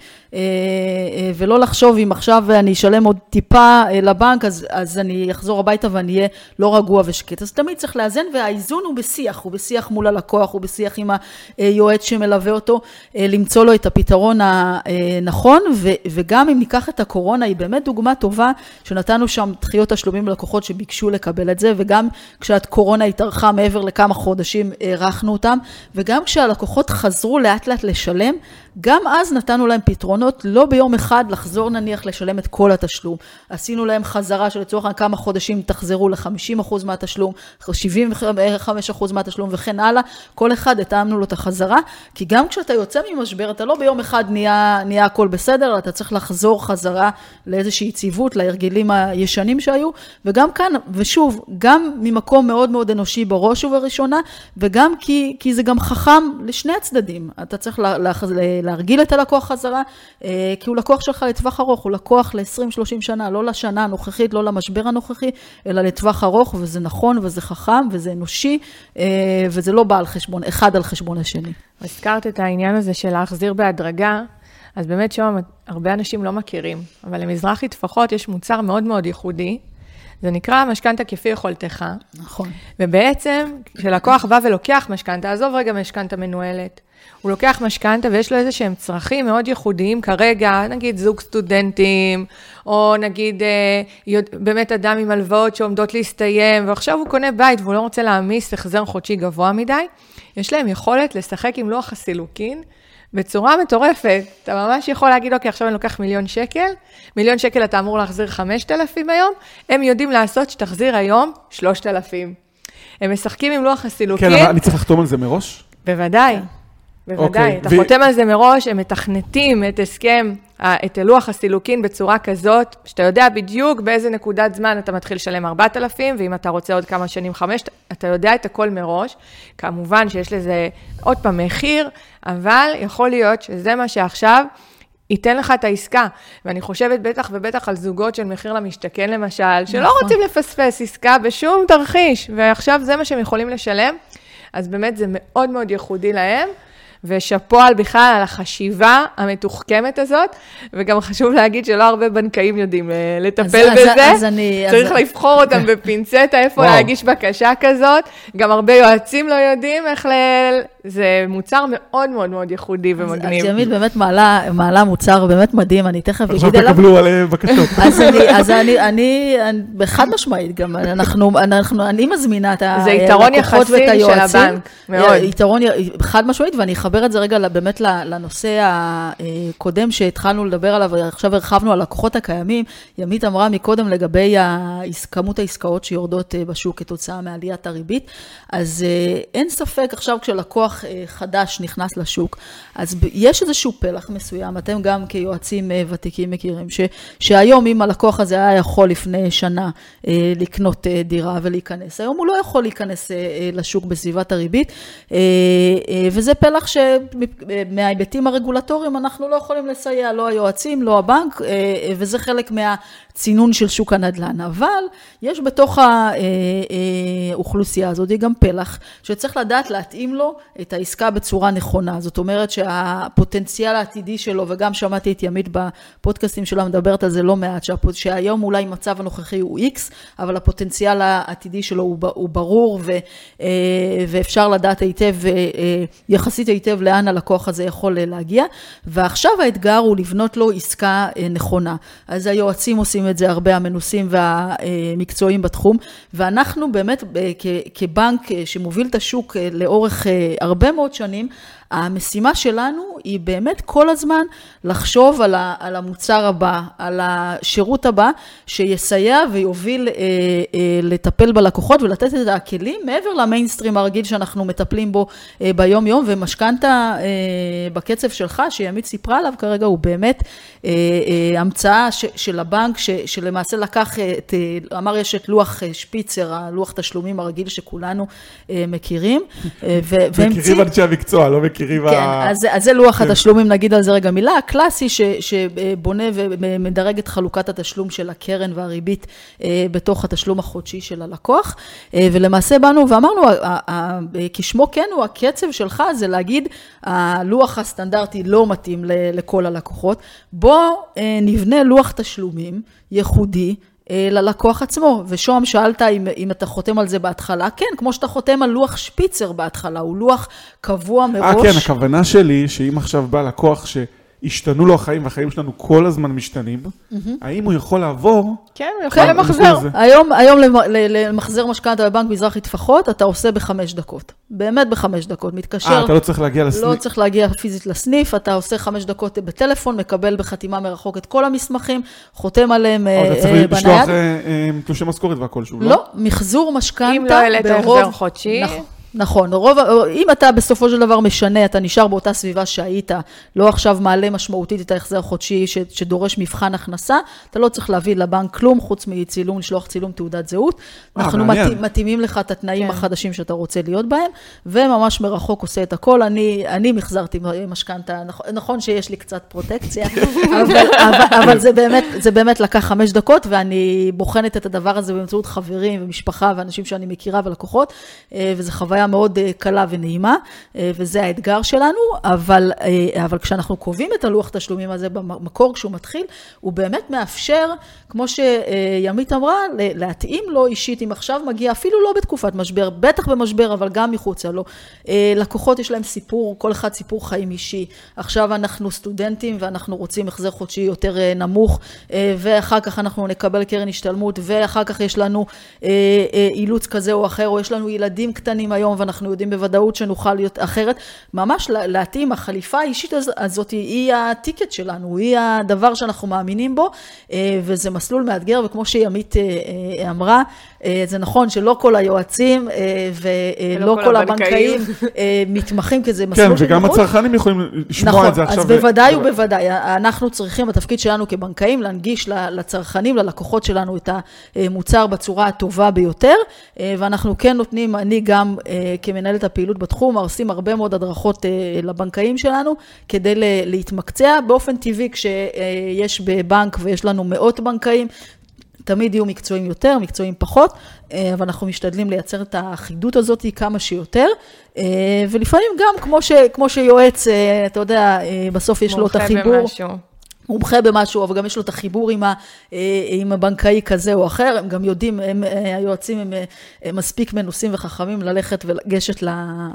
ולא לחשוב אם עכשיו אני אשלם עוד טיפה לבנק, אז אני אחזור הביתה ואני אהיה לא רגוע ושקט. אז תמיד צריך לאזן, והאיזון הוא בשיח מול הלקוח, הוא בשיח עם היועץ שמלווה אותו, למצוא לו את הפתרון הנכון, וגם אם ניקח את הקורונה, היא באמת דוגמה טובה, שנתנו שם דחיות תשלומים ללקוחות שביקשו לקבל את זה, וגם כשהקורונה התארכה מעבר לכמה חודשים, ערכנו אותם, וגם כשהלקוחות חזרו לאט לאט לשלם, גם אז נתנו להם פתרונות, לא ביום אחד לחזור נניח לשלם את כל התשלום. עשינו להם חזרה שלצורך כמה חודשים תחזרו ל-50% מהתשלום, 75% מהתשלום וכן הלאה. כל אחד התאמנו לו את החזרה, כי גם כשאתה יוצא ממשבר, אתה לא ביום אחד נהיה הכל בסדר, אתה צריך לחזור חזרה לאיזושהי יציבות, להרגלים הישנים שהיו, וגם כאן, ושוב, גם ממקום מאוד מאוד אנושי בראש ובראשונה, וגם כי זה גם חכם לשני הצדדים. אתה צריך להרגיל את הלקוח חזרה, כי הוא לקוח שלך לטווח ארוך, הוא לקוח ל-20-30 שנה, לא לשנה הנוכחית, לא למשבר הנוכחי, אלא לטווח ארוך, וזה נכון, וזה חכם, וזה אנושי, וזה לא בא על חשבון, אחד על חשבון השני. הזכרת את העניין הזה של להחזיר בהדרגה, אז באמת שם הרבה אנשים לא מכירים, אבל למזרחי טפחות יש מוצר מאוד מאוד ייחודי, זה נקרא משכנתא כפי יכולתך. נכון. ובעצם, כשלקוח בא ולוקח משכנתא, עזוב רגע משכנתא מנוהלת, הוא לוקח משכנתא ויש לו איזה שהם צרכים מאוד ייחודיים כרגע, נגיד זוג סטודנטים, או נגיד באמת אדם עם הלוואות שעומדות להסתיים, ועכשיו הוא קונה בית והוא לא רוצה להעמיס החזר חודשי גבוה מדי, יש להם יכולת לשחק עם לוח הסילוקין, בצורה מטורפת. אתה ממש יכול להגיד, אוקיי, עכשיו אני לוקח $1,000,000 1,000,000 אתה אמור להחזיר 5,000 היום, הם יודעים לעשות שתחזיר היום 3,000. הם משחקים עם לוח הסילוקין. כן, אבל אני צריך לחתום על זה מראש? בוודאי. בוודאי, אתה חותם על זה מראש, הם מתכנתים את הסכם, את לוח הסילוקין בצורה כזאת, שאתה יודע בדיוק באיזה נקודת זמן אתה מתחיל לשלם 4,000, ואם אתה רוצה עוד כמה שנים 5, אתה יודע את הכל מראש. כמובן שיש לזה עוד פעם מחיר, אבל יכול להיות שזה מה שעכשיו ייתן לך את העסקה. ואני חושבת בטח ובטח על זוגות של מחיר למשתכן למשל, שלא רוצים לפספס עסקה בשום תרחיש, ועכשיו זה מה שהם יכולים לשלם, אז באמת זה מאוד מאוד ייחודי להם. ושפו על בכלל על החשיבה המתוחכמת הזאת, וגם חשוב להגיד שלא הרבה בנקאים יודעים לטפל בזה, צריך לבחור אותם בפינצטה, איפה להגיש בקשה כזאת, גם הרבה יועצים לא יודעים איך זה מוצר מאוד מאוד מאוד ייחודי ומגניב. אז ימית באמת מעלה מוצר באמת מדהים, אני תכף אגיד אליו. עכשיו תקבלו על בקשות. אז אני בחד משמעית גם, אני מזמינה את הלקוחות ואת היועצים. זה יתרון יחסי של הבנק, מאוד. יתרון חד משמעית, ואני אחבר את זה רגע באמת לנושא הקודם שהתחלנו לדבר עליו, ועכשיו הרחבנו על לקוחות הקיימים. ימית אמרה מקודם לגבי כמות העסקאות שיורדות בשוק כתוצאה מעליית הריבית, אז אין ספק עכשיו כשלקוח חדש נכנס לשוק, אז יש איזשהו פלח מסוים, אתם גם כיועצים ותיקים מכירים, שהיום אם הלקוח הזה היה יכול לפני שנה לקנות דירה ולהיכנס, היום הוא לא יכול להיכנס לשוק בסביבת הריבית, וזה פלח שמההיבטים הרגולטוריים אנחנו לא יכולים לסייע, לא היועצים, לא הבנק, וזה חלק מהצינון של שוק הנדל"ן. אבל יש בתוך האוכלוסייה הזאת גם פלח שצריך לדעת להתאים לו את העסקה בצורה נכונה. זאת אומרת שהפוטנציאל העתידי שלו, וגם שמעתי את ימית בפודקאסטים שלה מדברת על זה לא מעט, שהיום אולי מצב הנוכחי הוא X, אבל הפוטנציאל העתידי שלו הוא ברור, ואפשר לדעת היטב, יחסית היטב לאן הלקוח הזה יכול להגיע, ועכשיו האתגר הוא לבנות לו עסקה נכונה. אז היועצים עושים את זה, הרבה המנוסים והמקצועיים בתחום, ואנחנו באמת כבנק שמוביל את השוק לאורך הרבה מאוד שנים, המשימה שלנו היא באמת כל הזמן לחשוב על המוצר הבא, על השירות הבא, שיסייע ויוביל לטפל בלקוחות ולתת את הכלים, מעבר למיינסטרים הרגיל שאנחנו מטפלים בו ביום יום, ומשכנתה בקצב שלך, שימית סיפרה עליו כרגע, הוא באמת המצאה של הבנק, שלמעשה לקח, אמר יש את לוח שפיצר, הלוח תשלומים הרגיל שכולנו מכירים. מכירים אנשי המקצוע, לא מכירים... כן, אז זה לוח התשלומים, נגיד על זה רגע מילה, הקלאסי שבונה ומדרג את חלוקת התשלום של הקרן והריבית בתוך התשלום החודשי של הלקוח, ולמעשה באנו ואמרנו, כשמו כן הוא הקצב שלך, זה להגיד, הלוח הסטנדרטי לא מתאים לכל הלקוחות, בוא נבנה לוח תשלומים ייחודי, ללקוח עצמו, ושוהם שאלת אם אתה חותם על זה בהתחלה, כן, כמו שאתה חותם על לוח שפיצר בהתחלה, הוא לוח קבוע מראש. כן, הכוונה שלי, שאם עכשיו בא לקוח השתנו לו החיים, והחיים שלנו כל הזמן משתנים, האם הוא יכול לעבור? כן, הוא יכול למחזר. היום למחזר משכנתה בבנק מזרחי טפחות, אתה עושה ב5 דקות. באמת ב5 דקות. מתקשר. אתה לא צריך להגיע לסניף. לא צריך להגיע פיזית לסניף, אתה עושה 5 דקות בטלפון, מקבל בחתימה מרחוק את כל המסמכים, חותם עליהם בנייד. אתה צריך לשלוח תלושי משכורת והכל שוב, לא? לא, מחזור משכנתה. אם לא העלית החזר חודשי. נכון, אם אתה בסופו של דבר משנה, אתה נשאר באותה סביבה שהיית, לא עכשיו מעלה משמעותית את ההחזר חודשי שדורש מבחן הכנסה, אתה לא צריך להביא לבנק כלום, חוץ מצילום, לשלוח צילום תעודת זהות. אנחנו מתאימים לך את התנאים החדשים שאתה רוצה להיות בהם, וממש מרחוק עושה את הכל. אני מחזרתי משכנתה, נכון שיש לי קצת פרוטקציה, אבל זה באמת לקח 5 דקות, ואני בוחנת את הדבר הזה באמצעות חברים ומשפחה ואנשים שאני מכירה ולקוחות, וזה חוויה מאוד קלה ונעימה, וזה האתגר שלנו, אבל כשאנחנו קובעים את הלוח תשלומים הזה במקור, כשהוא מתחיל, הוא באמת מאפשר, כמו שימית אמרה, להתאים לו אישית, אם עכשיו מגיע, אפילו לא בתקופת משבר, בטח במשבר, אבל גם מחוצה לו. לקוחות יש להם סיפור, כל אחד סיפור חיים אישי. עכשיו אנחנו סטודנטים, ואנחנו רוצים החזר חודשי יותר נמוך, ואחר כך אנחנו נקבל קרן השתלמות, ואחר כך יש לנו אילוץ כזה או אחר, או יש לנו ילדים קטנים היום, ואנחנו יודעים בוודאות שנוכל להיות אחרת. ממש להתאים, החליפה האישית הזאת היא הטיקט שלנו, היא הדבר שאנחנו מאמינים בו, וזה מסלול מאתגר, וכמו שימית אמרה, זה נכון שלא כל היועצים ולא כל הבנקאים מתמחים, כי זה מסלול כן, וגם הצרכנים יכולים לשמוע את זה עכשיו. אז בוודאי ובוודאי, אנחנו צריכים, התפקיד שלנו כבנקאים, להנגיש לצרכנים, ללקוחות שלנו את המוצר בצורה הטובה ביותר, ואנחנו כן נותנים, אני גם כמנהלת הפעילות בתחום, עושים הרבה מאוד הדרכות לבנקאים שלנו, כדי להתמקצע באופן טבעי, כשיש בבנק ויש לנו מאות בנקאים, תמיד יהיו מקצועים יותר, מקצועים פחות, אבל אנחנו משתדלים לייצר את האחידות הזאת כמה שיותר, ולפעמים גם כמו שיועץ, אתה יודע, בסוף יש לו את החיבור. מומחה במשהו, אבל גם יש לו את החיבור עם הבנקאי כזה או אחר, הם גם יודעים, היועצים הם מספיק מנוסים וחכמים ללכת ולגשת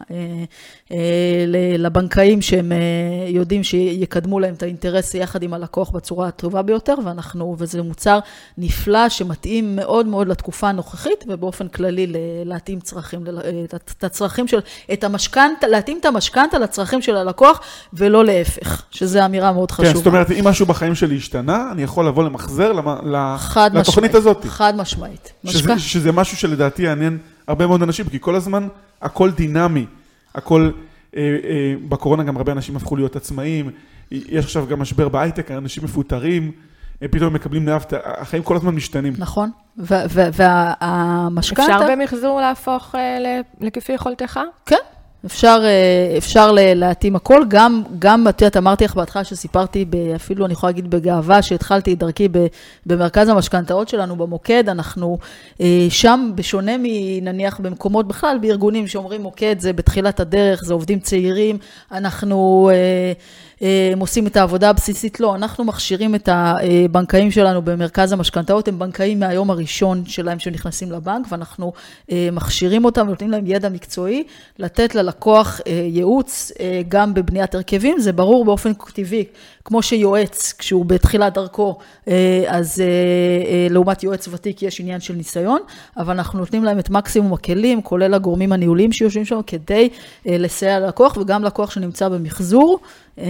לבנקאים שהם יודעים שיקדמו להם את האינטרס יחד עם הלקוח בצורה הטובה ביותר, וזה מוצר נפלא שמתאים מאוד מאוד לתקופה הנוכחית, ובאופן כללי להתאים צרכים, את הצרכים של, להתאים את המשכנתה לצרכים של הלקוח, ולא להפך, שזו אמירה מאוד חשובה. כן, זאת אומרת, אם משהו בחיים שלי השתנה, אני יכול לבוא למחזר לתוכנית הזאת. חד משמעית. שזה משהו שלדעתי יעניין הרבה מאוד אנשים, כי כל הזמן הכל דינמי, הכל, בקורונה גם הרבה אנשים הפכו להיות עצמאים, יש עכשיו גם משבר בהייטק, אנשים מפוטרים, פתאום מקבלים נאבט, החיים כל הזמן משתנים. נכון, והמשכנתה... אפשר במחזור להפוך לכפי יכולתך? כן. אפשר להתאים הכל, גם את אמרתי לך בהתחלה שסיפרתי, אפילו אני יכולה להגיד בגאווה, שהתחלתי את דרכי במרכז המשכנתאות שלנו במוקד, אנחנו שם בשונה מנניח במקומות בכלל, בארגונים שאומרים מוקד זה בתחילת הדרך, זה עובדים צעירים, אנחנו הם עושים את העבודה הבסיסית, לא, אנחנו מכשירים את הבנקאים שלנו במרכז המשכנתאות, הם בנקאים מהיום הראשון שלהם שנכנסים לבנק, ואנחנו מכשירים אותם ונותנים להם ידע מקצועי, לתת ללקוח ייעוץ גם בבניית הרכבים, זה ברור באופן טבעי, כמו שיועץ, כשהוא בתחילת דרכו, אז לעומת יועץ ותיק יש עניין של ניסיון, אבל אנחנו נותנים להם את מקסימום הכלים, כולל הגורמים הניהוליים שיושבים שם, כדי לסייע ללקוח, וגם לקוח שנמצא במחזור,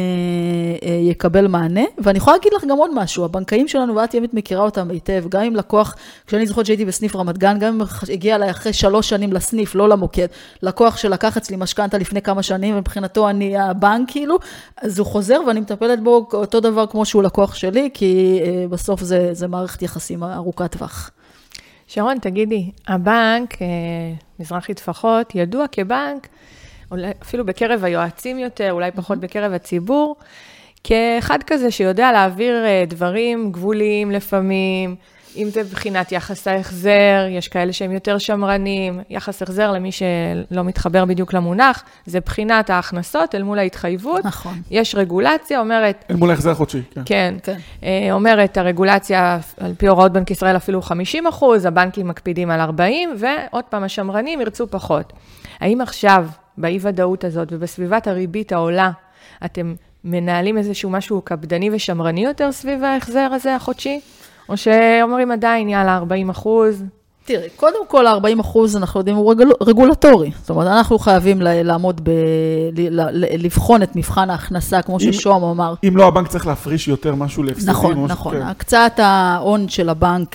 יקבל מענה. ואני יכולה להגיד לך גם עוד משהו, הבנקאים שלנו, ואת ימית מכירה אותם היטב, גם אם לקוח, כשאני זוכרת שהייתי בסניף רמת גן, גם אם הגיע אליי אחרי 3 שנים לסניף, לא למוקד, לקוח שלקח אצלי משכנתה לפני כמה שנים, ומבחינתו אני הבנק כאילו, אז הוא חוזר ואני מטפלת בו אותו דבר כמו שהוא לקוח שלי, כי בסוף זה מערכת יחסים ארוכת טווח. שרון, תגידי, הבנק, מזרחי טפחות, ידוע כבנק, אפילו בקרב היועצים יותר, אולי פחות בקרב הציבור, כאחד כזה שיודע להעביר דברים גבוליים לפעמים, אם זה בחינת יחס ההחזר, יש כאלה שהם יותר שמרנים, יחס החזר למי שלא מתחבר בדיוק למונח, זה בחינת ההכנסות אל מול ההתחייבות. נכון. יש רגולציה, אומרת... אל מול ההחזר החודשי, כן. כן. אומרת, הרגולציה, על פי הוראות בנק ישראל אפילו 50%, הבנקים מקפידים על 40%, ועוד פעם השמרנים ירצו פחות. האם עכשיו, באי-ודאות הזאת ובסביבת הריבית העולה, אתם מנהלים איזשהו משהו קפדני ושמרני יותר סביב ההחזר הזה החודשי? או שאומרים עדיין, יאללה, 40%? תראי, קודם כל, 40% אנחנו יודעים הוא רגולטורי. זאת אומרת, אנחנו חייבים לעמוד לבחון את מבחן ההכנסה, כמו ששום אמר. אם לא, הבנק צריך להפריש יותר משהו להפסדים. נכון, נכון. הקצאת ההון של הבנק,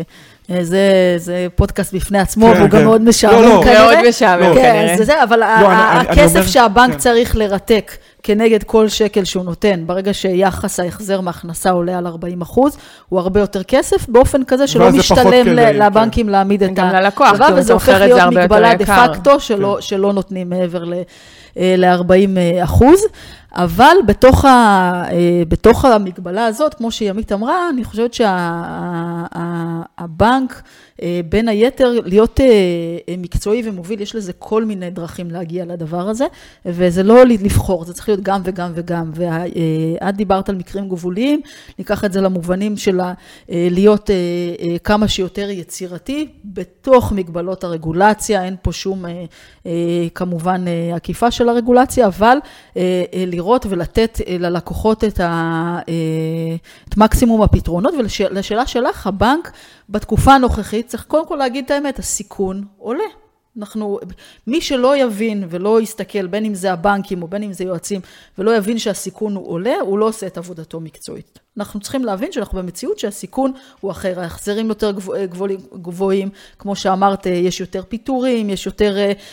זה פודקאסט בפני עצמו, והוא גם מאוד משעמם כנראה. מאוד משעמם כנראה. אבל הכסף שהבנק צריך לרתק כנגד כל שקל שהוא נותן, ברגע שיחס ההחזר מהכנסה עולה על 40%, הוא הרבה יותר כסף, באופן כזה שלא משתלם לבנקים להעמיד את גם ללקוח, וזה הופך להיות מגבלה דה פקטו שלא נותנים מעבר ל-40%. אבל בתוך המגבלה הזאת, כמו שימית אמרה, אני חושבת שהבנק, בין היתר, להיות מקצועי ומוביל, יש לזה כל מיני דרכים להגיע לדבר הזה, וזה לא לבחור, זה צריך להיות גם וגם וגם. ואת דיברת על מקרים גבוליים, ניקח את זה למובנים של להיות כמה שיותר יצירתי, בתוך מגבלות הרגולציה, אין פה שום, כמובן, עקיפה של הרגולציה, אבל לראות ולתת ללקוחות את מקסימום הפתרונות, ולשאלה שלך, הבנק בתקופה הנוכחית, צריך קודם כל להגיד את האמת, הסיכון עולה. מי שלא יבין ולא יסתכל, בין אם זה הבנקים או בין אם זה יועצים, ולא יבין שהסיכון הוא עולה, הוא לא עושה את עבודתו מקצועית. אנחנו צריכים להבין שאנחנו במציאות שהסיכון הוא אחר, ההחזרים יותר גבוהים, כמו שאמרת, יש יותר פיטורים, יש יותר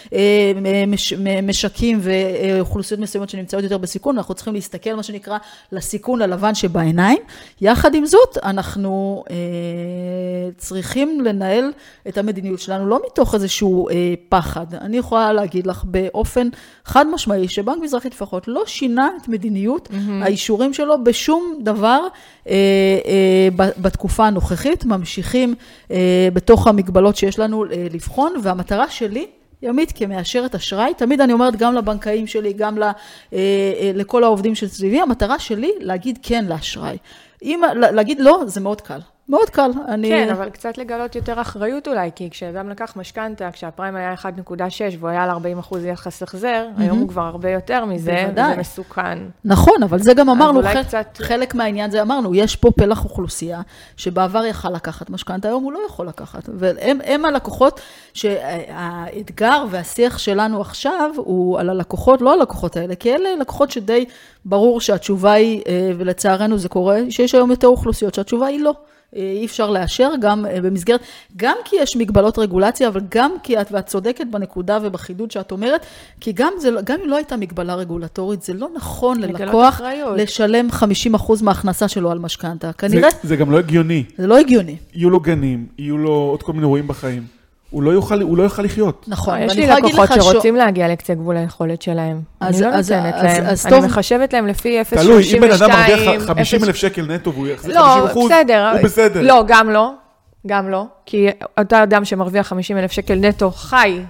משקים ואוכלוסיות מסוימות שנמצאות יותר בסיכון, אנחנו צריכים להסתכל, מה שנקרא, לסיכון הלבן שבעיניים. יחד עם זאת, אנחנו צריכים לנהל את המדיניות שלנו, לא מתוך איזשהו פחד. אני יכולה להגיד לך באופן חד משמעי, שבנק מזרחי טפחות לא שינה את מדיניות האישורים שלו בשום דבר בתקופה הנוכחית, ממשיכים בתוך המגבלות שיש לנו לבחון, והמטרה שלי, ימית כמאשרת אשראי, תמיד אני אומרת גם לבנקאים שלי, גם לכל העובדים של סביבי, המטרה שלי להגיד כן לאשראי. להגיד לא, זה מאוד קל. מאוד קל. כן, אבל קצת לגלות יותר אחריות אולי, כי כשאדם לקח משכנתה, כשהפריים היה 1.6 והוא היה על 40% יחס החזר, היום הוא כבר הרבה יותר מזה, וזה מסוכן. נכון, אבל זה גם אמרנו, חלק מהעניין זה אמרנו, יש פה פלח אוכלוסייה, שבעבר יכל לקחת משכנתה, היום הוא לא יכול לקחת. והם הלקוחות שהאתגר והשיח שלנו עכשיו, הוא על הלקוחות, לא על הלקוחות האלה, כי אלה לקוחות שדי ברור שהתשובה היא, ולצערנו זה קורה, שיש היום יותר אוכלוסיות שהתשובה היא לא. אי אפשר לאשר גם במסגרת, גם כי יש מגבלות רגולציה, אבל גם כי ואת צודקת בנקודה ובחידוד שאת אומרת, כי גם אם לא הייתה מגבלה רגולטורית, זה לא נכון ללקוח לשלם 50% מההכנסה שלו על משכנתה. כנראה... זה גם לא הגיוני. זה לא הגיוני. יהיו לו גנים, יהיו לו עוד כל מיני אירועים בחיים. הוא לא יוכל לחיות. נכון. יש לי לקוחות שרוצים להגיע לקצה גבול היכולת שלהם. אני לא נותנת להם. אני מחשבת להם לפי 0.32. תלוי, אם בן אדם מרוויח 50,000 שקל נטו, והוא יחזיר 50%, הוא בסדר. לא, גם לא. כי אותו אדם שמרוויח 50,000 שקל נטו חי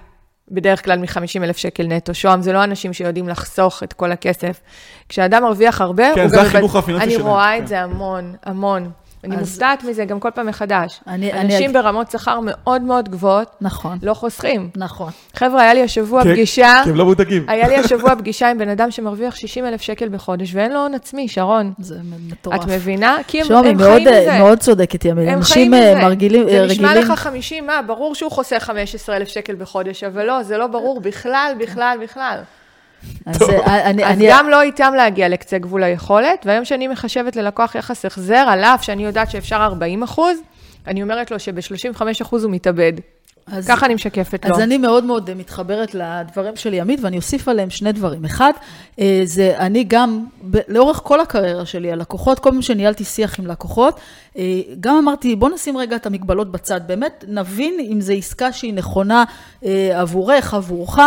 בדרך כלל מ-50,000 שקל נטו. שוהם, זה לא אנשים שיודעים לחסוך את כל הכסף. כשאדם מרוויח הרבה, כן, זה החינוך הפיננסי אני שלהם. רואה את זה המון, המון. אני מופתעת מזה גם כל פעם מחדש. אנשים ברמות שכר מאוד מאוד גבוהות, נכון. לא חוסכים. נכון. חבר'ה, היה לי השבוע פגישה, כי הם לא מודאגים. היה לי השבוע פגישה עם בן אדם שמרוויח 60,000 שקל בחודש, ואין לו הון עצמי, שרון. זה מטורף. את מבינה? כי הם שומי, חיים מזה. מאוד צודקת, ימין. הם אנשים חיים מזה. רגילים. זה נשמע לך 50, מה? ברור שהוא חוסך 15,000 שקל בחודש, אבל לא, זה לא ברור בכלל, בכלל, בכלל. אז גם לא איתם להגיע לקצה גבול היכולת, והיום שאני מחשבת ללקוח יחס החזר, על אף שאני יודעת שאפשר 40%, אני אומרת לו שב-35% הוא מתאבד. ככה אני משקפת לו. אז אני מאוד מאוד מתחברת לדברים שלי, עמית, ואני אוסיף עליהם שני דברים. אחד, זה אני גם, לאורך כל הקריירה שלי, הלקוחות, כל פעם שניהלתי שיח עם לקוחות, גם אמרתי, בוא נשים רגע את המגבלות בצד, באמת נבין אם זו עסקה שהיא נכונה עבורך, עבורך,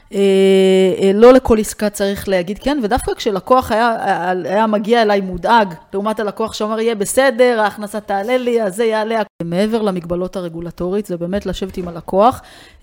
לא לכל עסקה צריך להגיד כן, ודווקא כשלקוח היה מגיע אליי מודאג, לעומת הלקוח שאומר, יהיה בסדר, ההכנסה תעלה לי, אז זה יעלה. מעבר למגבלות הרגולטורית, זה באמת לשבת עם הלקוח,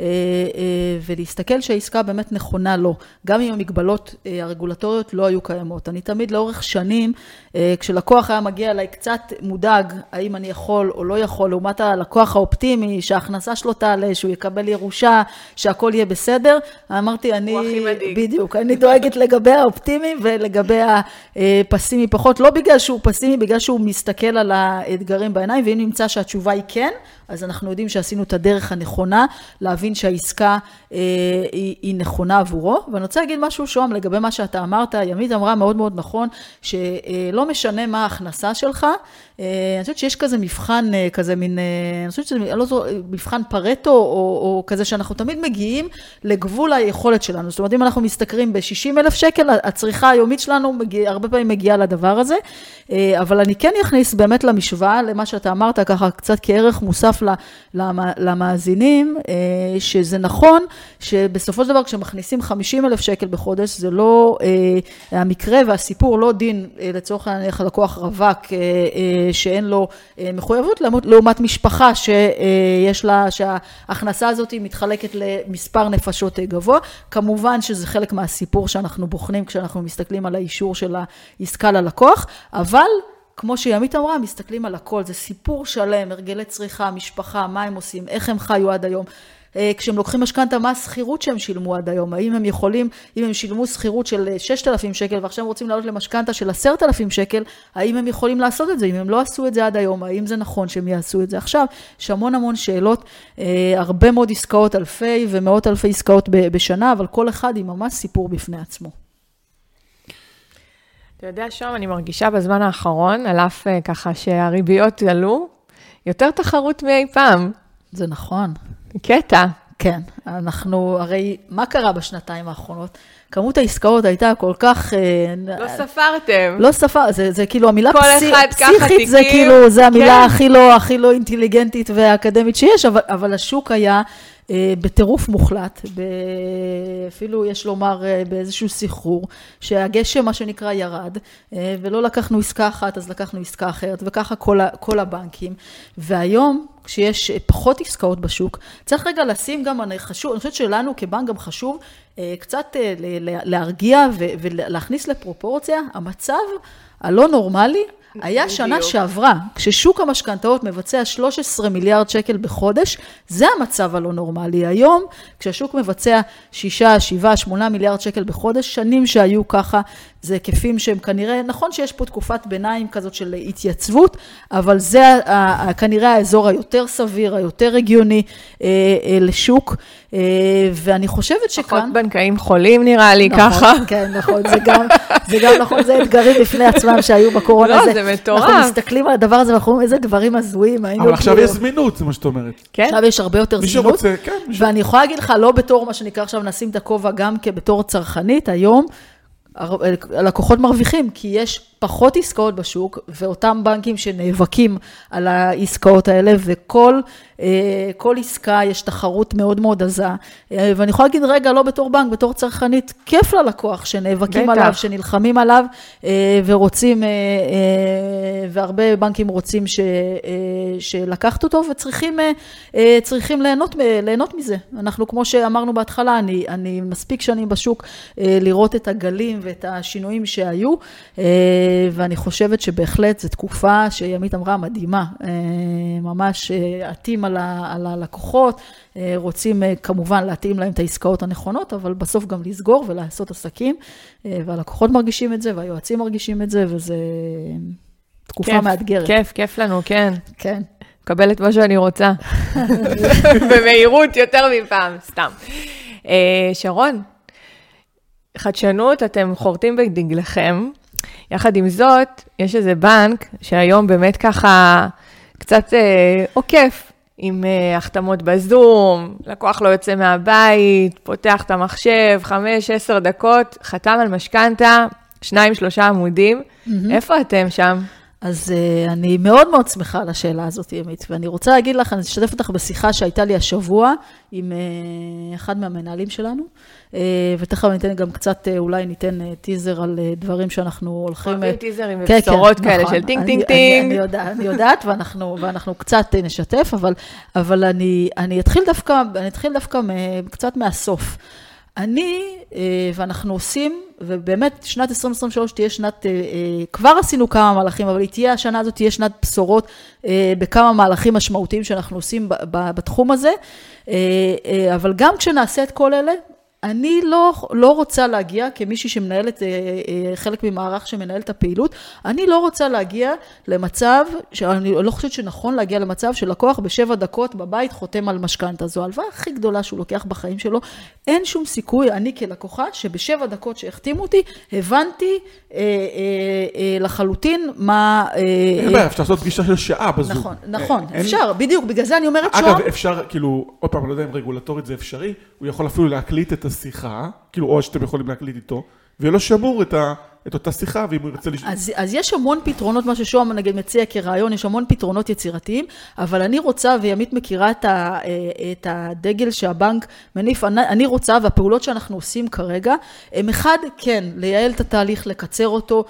ולהסתכל שהעסקה באמת נכונה לו, גם אם המגבלות הרגולטוריות לא היו קיימות. אני תמיד לאורך שנים, כשלקוח היה מגיע אליי קצת מודאג, האם אני יכול או לא יכול, לעומת הלקוח האופטימי, שההכנסה שלו תעלה, שהוא יקבל ירושה, שהכל יהיה בסדר, אמרתי, בדיוק, אני דואגת לגבי האופטימי ולגבי הפסימי פחות, לא בגלל שהוא פסימי, בגלל שהוא מסתכל על האתגרים בעיניים, ואם נמצא שהתשובה היא כן, אז אנחנו יודעים שעשינו את הדרך הנכונה, להבין שהעסקה היא נכונה עבורו, ואני רוצה להגיד משהו שום לגבי מה שאתה אמרת, ימית אמרה מאוד מאוד נכון, שלא משנה מה ההכנסה שלך, אני חושבת שיש כזה מבחן, כזה מין, אני חושבת שזה מבחן פרטו, או כזה שאנחנו תמיד מגיעים לגבול היכולת שלנו, זאת אומרת, אם אנחנו מסתכרים ב-60,000 שקל, הצריכה היומית שלנו הרבה פעמים מגיעה לדבר הזה, אבל אני כן אכניס באמת למשוואה, למה שאתה אמרת ככה קצת כערך מוסף למאזינים, שזה נכון שבסופו של דבר כשמכניסים 50,000 שקל בחודש, זה לא המקרה והסיפור לא דין לצורך הלקוח רווק שאין לו מחויבות, לעומת משפחה שיש לה, שההכנסה הזאת מתחלקת למספר נפשות גבוה. כמובן שזה חלק מהסיפור שאנחנו בוחנים כשאנחנו מסתכלים על האישור של העסקה ללקוח, אבל כמו שימית אמרה, מסתכלים על הכל, זה סיפור שלם, הרגלי צריכה, משפחה, מה הם עושים, איך הם חיו עד היום. כשהם לוקחים משכנתה, מה הסחירות שהם שילמו עד היום? האם הם יכולים, אם הם שילמו סחירות של 6,000 שקל, ועכשיו הם רוצים לעלות למשכנתה של 10,000 שקל, האם הם יכולים לעשות את זה? אם הם לא עשו את זה עד היום, האם זה נכון שהם יעשו את זה עכשיו? יש המון שאלות, הרבה מאוד עסקאות, אלפי ומאות אלפי עסקאות בשנה, אבל כל אחד היא ממש סיפור בפני עצמו. אתה יודע, שם אני מרגישה בזמן האחרון, על אף ככה שהריביות עלו, יותר תחרות מאי פעם. זה נכון. קטע. כן, אנחנו, הרי מה קרה בשנתיים האחרונות? כמות העסקאות הייתה כל כך... לא ספרתם. לא ספר, זה כאילו המילה פסיכית, זה כאילו, זה המילה הכי לא אינטליגנטית והאקדמית שיש, אבל השוק היה בטירוף מוחלט, אפילו יש לומר באיזשהו סחרור, שהגשם מה שנקרא ירד, ולא לקחנו עסקה אחת, אז לקחנו עסקה אחרת, וככה כל הבנקים. והיום, כשיש פחות עסקאות בשוק, צריך רגע לשים גם, אני חושבת שלנו כבנק גם חשוב, קצת להרגיע ולהכניס לפרופורציה, המצב הלא נורמלי, היה שנה שעברה, כששוק המשכנתאות מבצע 13 מיליארד שקל בחודש, זה המצב הלא נורמלי. היום, כשהשוק מבצע 6, 7, 8 מיליארד שקל בחודש, שנים שהיו ככה, זה היקפים שהם כנראה, נכון שיש פה תקופת ביניים כזאת של התייצבות, אבל זה כנראה האזור היותר סביר, היותר הגיוני לשוק, ואני חושבת שכאן... פחות בנקאים חולים נראה לי נכון, ככה. כן, נכון, זה גם נכון, זה אתגרים בפני עצמם שהיו בקורונה. לא, זה מטורף. אנחנו מסתכלים על הדבר הזה, ואנחנו אומרים איזה דברים הזויים. אבל עכשיו יש זמינות, זה מה שאת אומרת. כן? עכשיו יש הרבה יותר זמינות. מי שרוצה, כן. ואני יכולה להגיד לך, לא בתור מה שנקרא עכשיו נשים את הכובע גם כבתור צרכנית, היום הלקוחות מרוויחים, כי יש פחות עסקאות בשוק, ואותם בנקים שנאבקים על העסקאות האלה, כל עסקה יש תחרות מאוד מאוד עזה, ואני יכולה להגיד, רגע, לא בתור בנק, בתור צרכנית, כיף ללקוח שנאבקים עליו, שנלחמים עליו, ורוצים, והרבה בנקים רוצים שלקחת אותו, וצריכים ליהנות מזה. אנחנו, כמו שאמרנו בהתחלה, אני מספיק שנים בשוק לראות את הגלים ואת השינויים שהיו, ואני חושבת שבהחלט זו תקופה שימית אמרה מדהימה, ממש עתים על הלקוחות, רוצים כמובן להתאים להם את העסקאות הנכונות, אבל בסוף גם לסגור ולעשות עסקים, והלקוחות מרגישים את זה, והיועצים מרגישים את זה, וזה תקופה מאתגרת. כיף לנו, כן. כן. מקבל את מה שאני רוצה. במהירות יותר מפעם, סתם. שרון, חדשנות, אתם חורטים בדגלכם. יחד עם זאת, יש איזה בנק שהיום באמת ככה קצת עוקף, עם החתמות בזום, לקוח לא יוצא מהבית, פותח את המחשב, 5-10 דקות, חתם על משכנתה, 2-3 עמודים. איפה אתם שם? אז אני מאוד מאוד שמחה על השאלה הזאת, ימית, ואני רוצה להגיד לך, אני אשתף אותך בשיחה שהייתה לי השבוע עם אחד מהמנהלים שלנו, ותכף ניתן גם קצת, אולי ניתן טיזר על דברים שאנחנו הולכים... אוהבים טיזרים ובשורות כאלה של טינג טינג טינג. אני יודעת, ואנחנו קצת נשתף, אבל אני אתחיל דווקא קצת מהסוף. ואנחנו עושים, ובאמת שנת 2023 תהיה שנת, כבר עשינו כמה מהלכים, אבל השנה הזאת תהיה שנת בשורות בכמה מהלכים משמעותיים שאנחנו עושים בתחום הזה, אבל גם כשנעשה את כל אלה, אני לא רוצה להגיע, כמישהי שמנהלת חלק ממערך שמנהל את הפעילות, אני לא רוצה להגיע למצב, אני לא חושבת שנכון להגיע למצב שלקוח ב7 דקות בבית חותם על משכנתה. זו ההלוואה הכי גדולה שהוא לוקח בחיים שלו. אין שום סיכוי, אני כלקוחה, שב7 דקות שהחתימו אותי, הבנתי לחלוטין מה... אין בעיה, אפשר לעשות פגישה של שעה בזום. נכון, אפשר, בדיוק, בגלל זה אני אומרת שום. אגב, אפשר, כאילו, עוד פעם, אני לא יודע אם רגולטורית זה אפשרי, הוא יכול אפילו להקליט את השיחה, כאילו, או שאתם יכולים להקליט איתו, ולא שמור את אותה שיחה, ואם הוא ירצה אז יש המון פתרונות, מה ששום נגיד מציע כרעיון, יש המון פתרונות יצירתיים, אבל אני רוצה, וימית מכירה את הדגל שהבנק מניף, אני רוצה, והפעולות שאנחנו עושים כרגע, הם אחד, כן, לייעל את התהליך, לקצר אותו,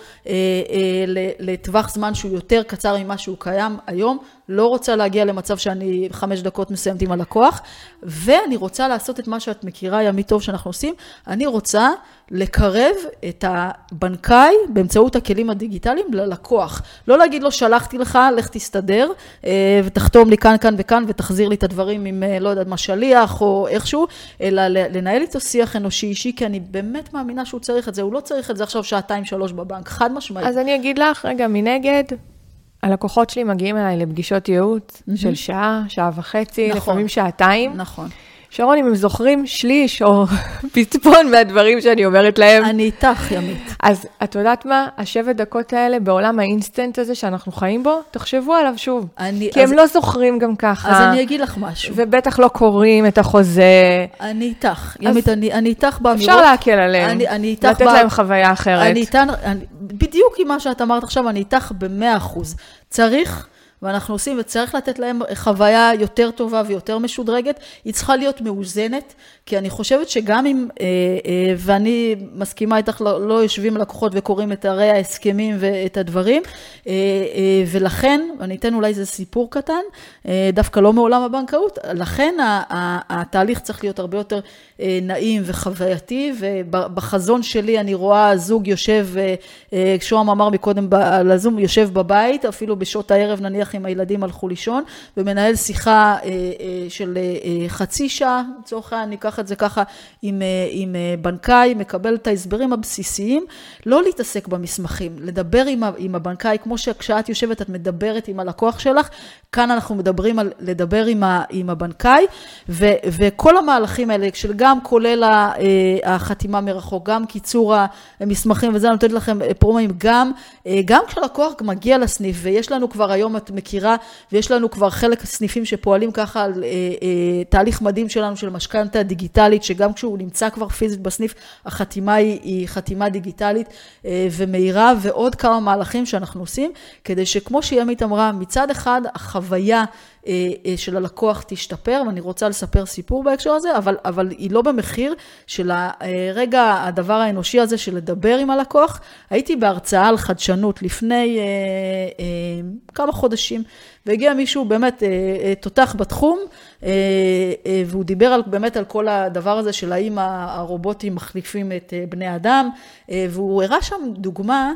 לטווח זמן שהוא יותר קצר ממה שהוא קיים היום, לא רוצה להגיע למצב שאני 5 דקות מסיימת עם הלקוח, ואני רוצה לעשות את מה שאת מכירה, ימית טוב שאנחנו עושים, אני רוצה לקרב את הבנקאי באמצעות הכלים הדיגיטליים ללקוח. לא להגיד לו, שלחתי לך, לך תסתדר, ותחתום לי כאן, כאן וכאן, ותחזיר לי את הדברים עם, לא יודעת מה, שליח או איכשהו, אלא לנהל איתו שיח אנושי אישי, כי אני באמת מאמינה שהוא צריך את זה, הוא לא צריך את זה עכשיו 2-3 בבנק, חד משמעית. אז אני אגיד לך, רגע, מנגד, הלקוחות שלי מגיעים אליי לפגישות ייעוץ של שעה, שעה וחצי, לפעמים שעתיים. נכון. שרון, אם הם זוכרים שליש או פצפון מהדברים שאני אומרת להם. אני איתך, ימית. אז את יודעת מה? 7 דקות האלה בעולם האינסטנט הזה שאנחנו חיים בו, תחשבו עליו שוב. כי הם לא זוכרים גם ככה. אז אני אגיד לך משהו. ובטח לא קוראים את החוזה. אני איתך. ימית, אני איתך באמירות. אפשר להקל עליהם. לתת להם חוויה אחרת. בדיוק עם מה שאת אמרת עכשיו, אני איתך ב100%. צריך... ואנחנו עושים, וצריך לתת להם חוויה יותר טובה ויותר משודרגת, היא צריכה להיות מאוזנת, כי אני חושבת שגם אם, ואני מסכימה איתך, לא יושבים לקוחות וקוראים את הרי ההסכמים ואת הדברים, ולכן, אני אתן אולי איזה סיפור קטן, דווקא לא מעולם הבנקאות, לכן התהליך צריך להיות הרבה יותר נעים וחווייתי, ובחזון שלי אני רואה זוג יושב, כשהוא אמר מקודם על הזום, יושב בבית, אפילו בשעות הערב נניח עם הילדים הלכו לישון, ומנהל שיחה של חצי שעה, לצורך העניין, ניקח את זה ככה עם בנקאי, מקבל את ההסברים הבסיסיים, לא להתעסק במסמכים, לדבר עם הבנקאי, כמו שכשאת יושבת את מדברת עם הלקוח שלך, כאן אנחנו מדברים על לדבר עם הבנקאי, וכל המהלכים האלה, גם כולל החתימה מרחוק, גם קיצור המסמכים, וזה נותנת לכם פרומים, גם כשלקוח מגיע לסניף, ויש לנו כבר היום את מכירה, ויש לנו כבר חלק סניפים שפועלים ככה על תהליך מדהים שלנו של משכנתא דיגיטלית, שגם כשהוא נמצא כבר פיזית בסניף, החתימה היא חתימה דיגיטלית ומהירה, ועוד כמה מהלכים שאנחנו עושים, כדי שכמו שימית אמרה, מצד אחד החוויה של הלקוח תשתפר, ואני רוצה לספר סיפור בהקשר הזה, אבל היא לא במחיר של הרגע הדבר האנושי הזה של לדבר עם הלקוח. הייתי בהרצאה על חדשנות לפני כמה חודשים, והגיע מישהו באמת תותח בתחום, והוא דיבר באמת על כל הדבר הזה של האם הרובוטים מחליפים את בני אדם, והוא הראה שם דוגמה,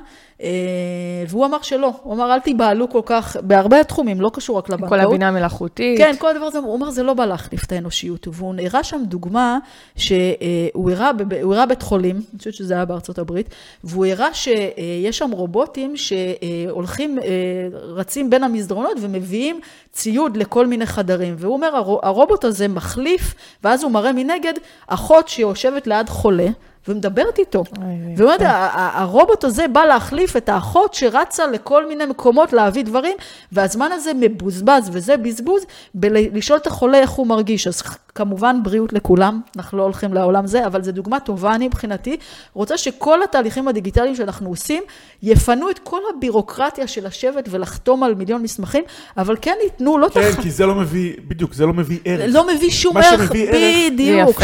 והוא אמר שלא, הוא אמר אל תיבעלו כל כך, בהרבה תחומים, לא קשור רק לבנקאות. כל הבינה מלאכותית. כן, כל הדבר הזה, הוא אמר זה לא בא להחליף את האנושיות, והוא הראה שם דוגמה שהוא הראה בית חולים, אני חושבת שזה היה בארצות הברית, והוא הראה שיש שם רובוטים שהולכים, רצים בין המסדרונות ומביאים ציוד לכל מיני חדרים, והוא אומר הרובוט הזה מחליף, ואז הוא מראה מנגד אחות שיושבת ליד חולה, ומדברת איתו. ואומרת, הרובוט הזה בא להחליף את האחות שרצה לכל מיני מקומות להביא דברים, והזמן הזה מבוזבז, וזה בזבוז, לשאול את החולה איך הוא מרגיש. אז כמובן בריאות לכולם, אנחנו לא הולכים לעולם זה, אבל זו דוגמה טובה, אני מבחינתי, רוצה שכל התהליכים הדיגיטליים שאנחנו עושים, יפנו את כל הבירוקרטיה של לשבת ולחתום על מיליון מסמכים, אבל כן ייתנו, לא כן, כי זה לא מביא, בדיוק, זה לא מביא ערך. לא מביא שום ערך, בדיוק.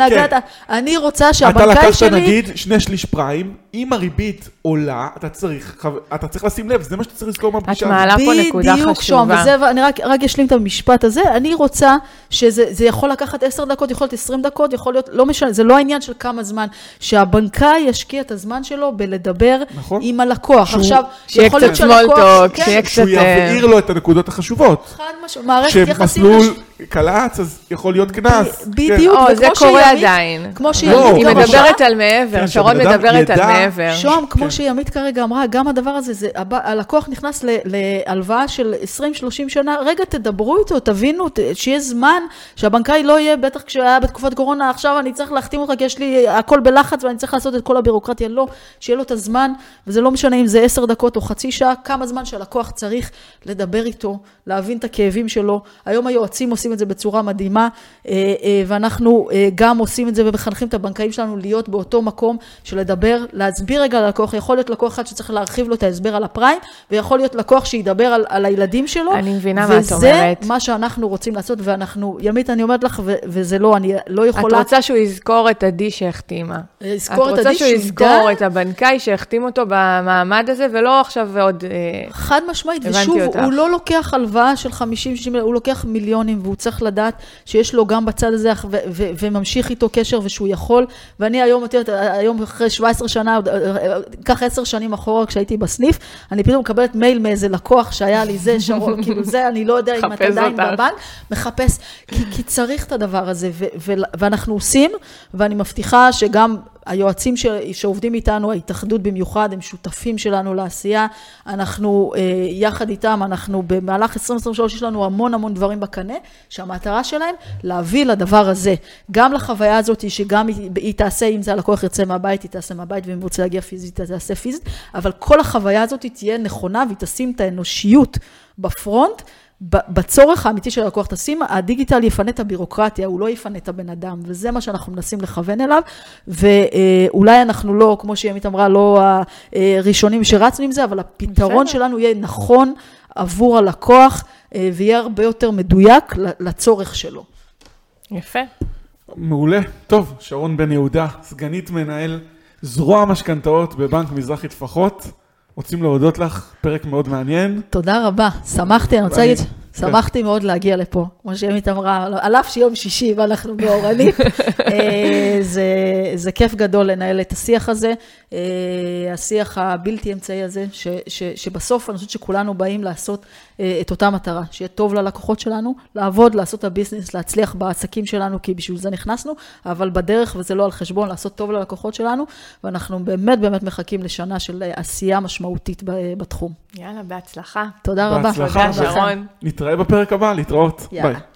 אני רוצה שהבנקאי אתה לקחת נגיד 2/3 פריים, אם הריבית עולה, אתה צריך לשים לב, זה מה שאתה צריך לזכור מהפגישה. את מעלה פה נקודה חשובה. אני רק אשלים את המשפט הזה, אני רוצה שזה יכול לקחת 10 דקות, יכול להיות 20 דקות, יכול להיות, לא משנה, זה לא העניין של כמה זמן, שהבנקאי ישקיע את הזמן שלו בלדבר עם הלקוח. עכשיו, יכול להיות שהלקוח, שהוא יבהיר לו את הנקודות החשובות. חד משהו, מערכת יחסים. כשמסלול קלץ, אז יכול להיות קנס. בדיוק, זה קורה עדיין. כמו שימית, היא מדברת על מעבר, שרון מדברת על מעבר. שום, כמו שימית כרגע אמרה, גם הדבר הזה, הלקוח נכנס להלוואה של 20-30 שנה, רגע תדברו איתו, תבינו, שיהיה זמן, שהבנקאי לא יהיה, בטח כשהיה בתקופת קורונה, עכשיו אני צריך להחתים אותך, כי יש לי הכל בלחץ, ואני צריך לעשות את כל הבירוקרטיה, לא, שיהיה לו את הזמן, וזה לא משנה אם זה 10 דקות או חצי שעה, כמה זמן שהלקוח צריך לדבר איתו, להבין את הכאבים שלו. היום היועצים עושים את זה בצורה מדהימה, ואנחנו גם עושים את זה ומחנכים את הבנקאים שלנו להיות באותו מקום של לדבר, להסביר רגע ללקוח. יכול להיות לקוח אחד שצריך להרחיב לו את ההסבר על הפריים, ויכול להיות לקוח שידבר על הילדים שלו. אני מבינה מה את אומרת. וזה מה שאנחנו רוצים לעשות, ואנחנו, ימית, אני אומרת לך, וזה לא, אני לא יכולה. את רוצה שהוא יזכור את עדי שהחתימה. את רוצה שהוא יזכור את הבנקאי שהחתים אותו במעמד הזה, ולא עכשיו ועוד... חד משמעית, ושוב, הוא לא לוקח הלוואה של 50-60, הוא לוקח מיליונים, והוא צריך לדעת שיש לו גם בצד הזה, וממשיך איתו קשר, ושהוא יכול, ואני היום אחרי 17 שנה, כך 10 שנים אחורה, כשהייתי בסניף, אני פתאום מקבלת מייל מאיזה לקוח, שהיה לי זה, שרון, כאילו זה, אני לא יודע אם אתה עדיין בבנק, מחפש, כי צריך את הדבר הזה, ואנחנו עושים, ואני מבטיחה שגם היועצים שעובדים איתנו, ההתאחדות במיוחד, הם שותפים שלנו לעשייה, אנחנו יחד איתם, אנחנו במהלך 2023 יש לנו המון דברים בקנה, שהמטרה שלהם להביא לדבר הזה, גם לחוויה הזאת שגם היא תעשה, אם זה הלקוח ירצה מהבית, היא תעשה מהבית, ואם רוצה להגיע פיזית, היא תעשה פיזית, אבל כל החוויה הזאת תהיה נכונה, והיא תשים את האנושיות בפרונט, בצורך האמיתי של הלקוח תשים, הדיגיטל יפנה את הבירוקרטיה, הוא לא יפנה את הבן אדם, וזה מה שאנחנו מנסים לכוון אליו, ואולי אנחנו לא, כמו שימית אמרה, לא הראשונים שרצנו עם זה, אבל הפתרון שלנו יהיה נכון עבור הלקוח, ויהיה הרבה יותר מדויק לצורך שלו. יפה. מעולה. טוב, שרון בן יהודה, סגנית מנהל זרוע המשכנתאות בבנק מזרחי טפחות. רוצים להודות לך, פרק מאוד מעניין. תודה רבה, שמחתי, אני רוצה להגיד, שמחתי מאוד להגיע לפה, כמו שימית אמרה, על אף שיום שישי ואנחנו באורנית, זה כיף גדול לנהל את השיח הזה, השיח הבלתי אמצעי הזה, שבסוף אני חושבת שכולנו באים לעשות את אותה מטרה, שיהיה טוב ללקוחות שלנו, לעבוד, לעשות את הביזנס, להצליח בעסקים שלנו, כי בשביל זה נכנסנו, אבל בדרך, וזה לא על חשבון, לעשות טוב ללקוחות שלנו, ואנחנו באמת מחכים לשנה של עשייה משמעותית בתחום. יאללה, בהצלחה. תודה רבה. בהצלחה. תודה, שרון. נתראה בפרק הבא, להתראות. ביי.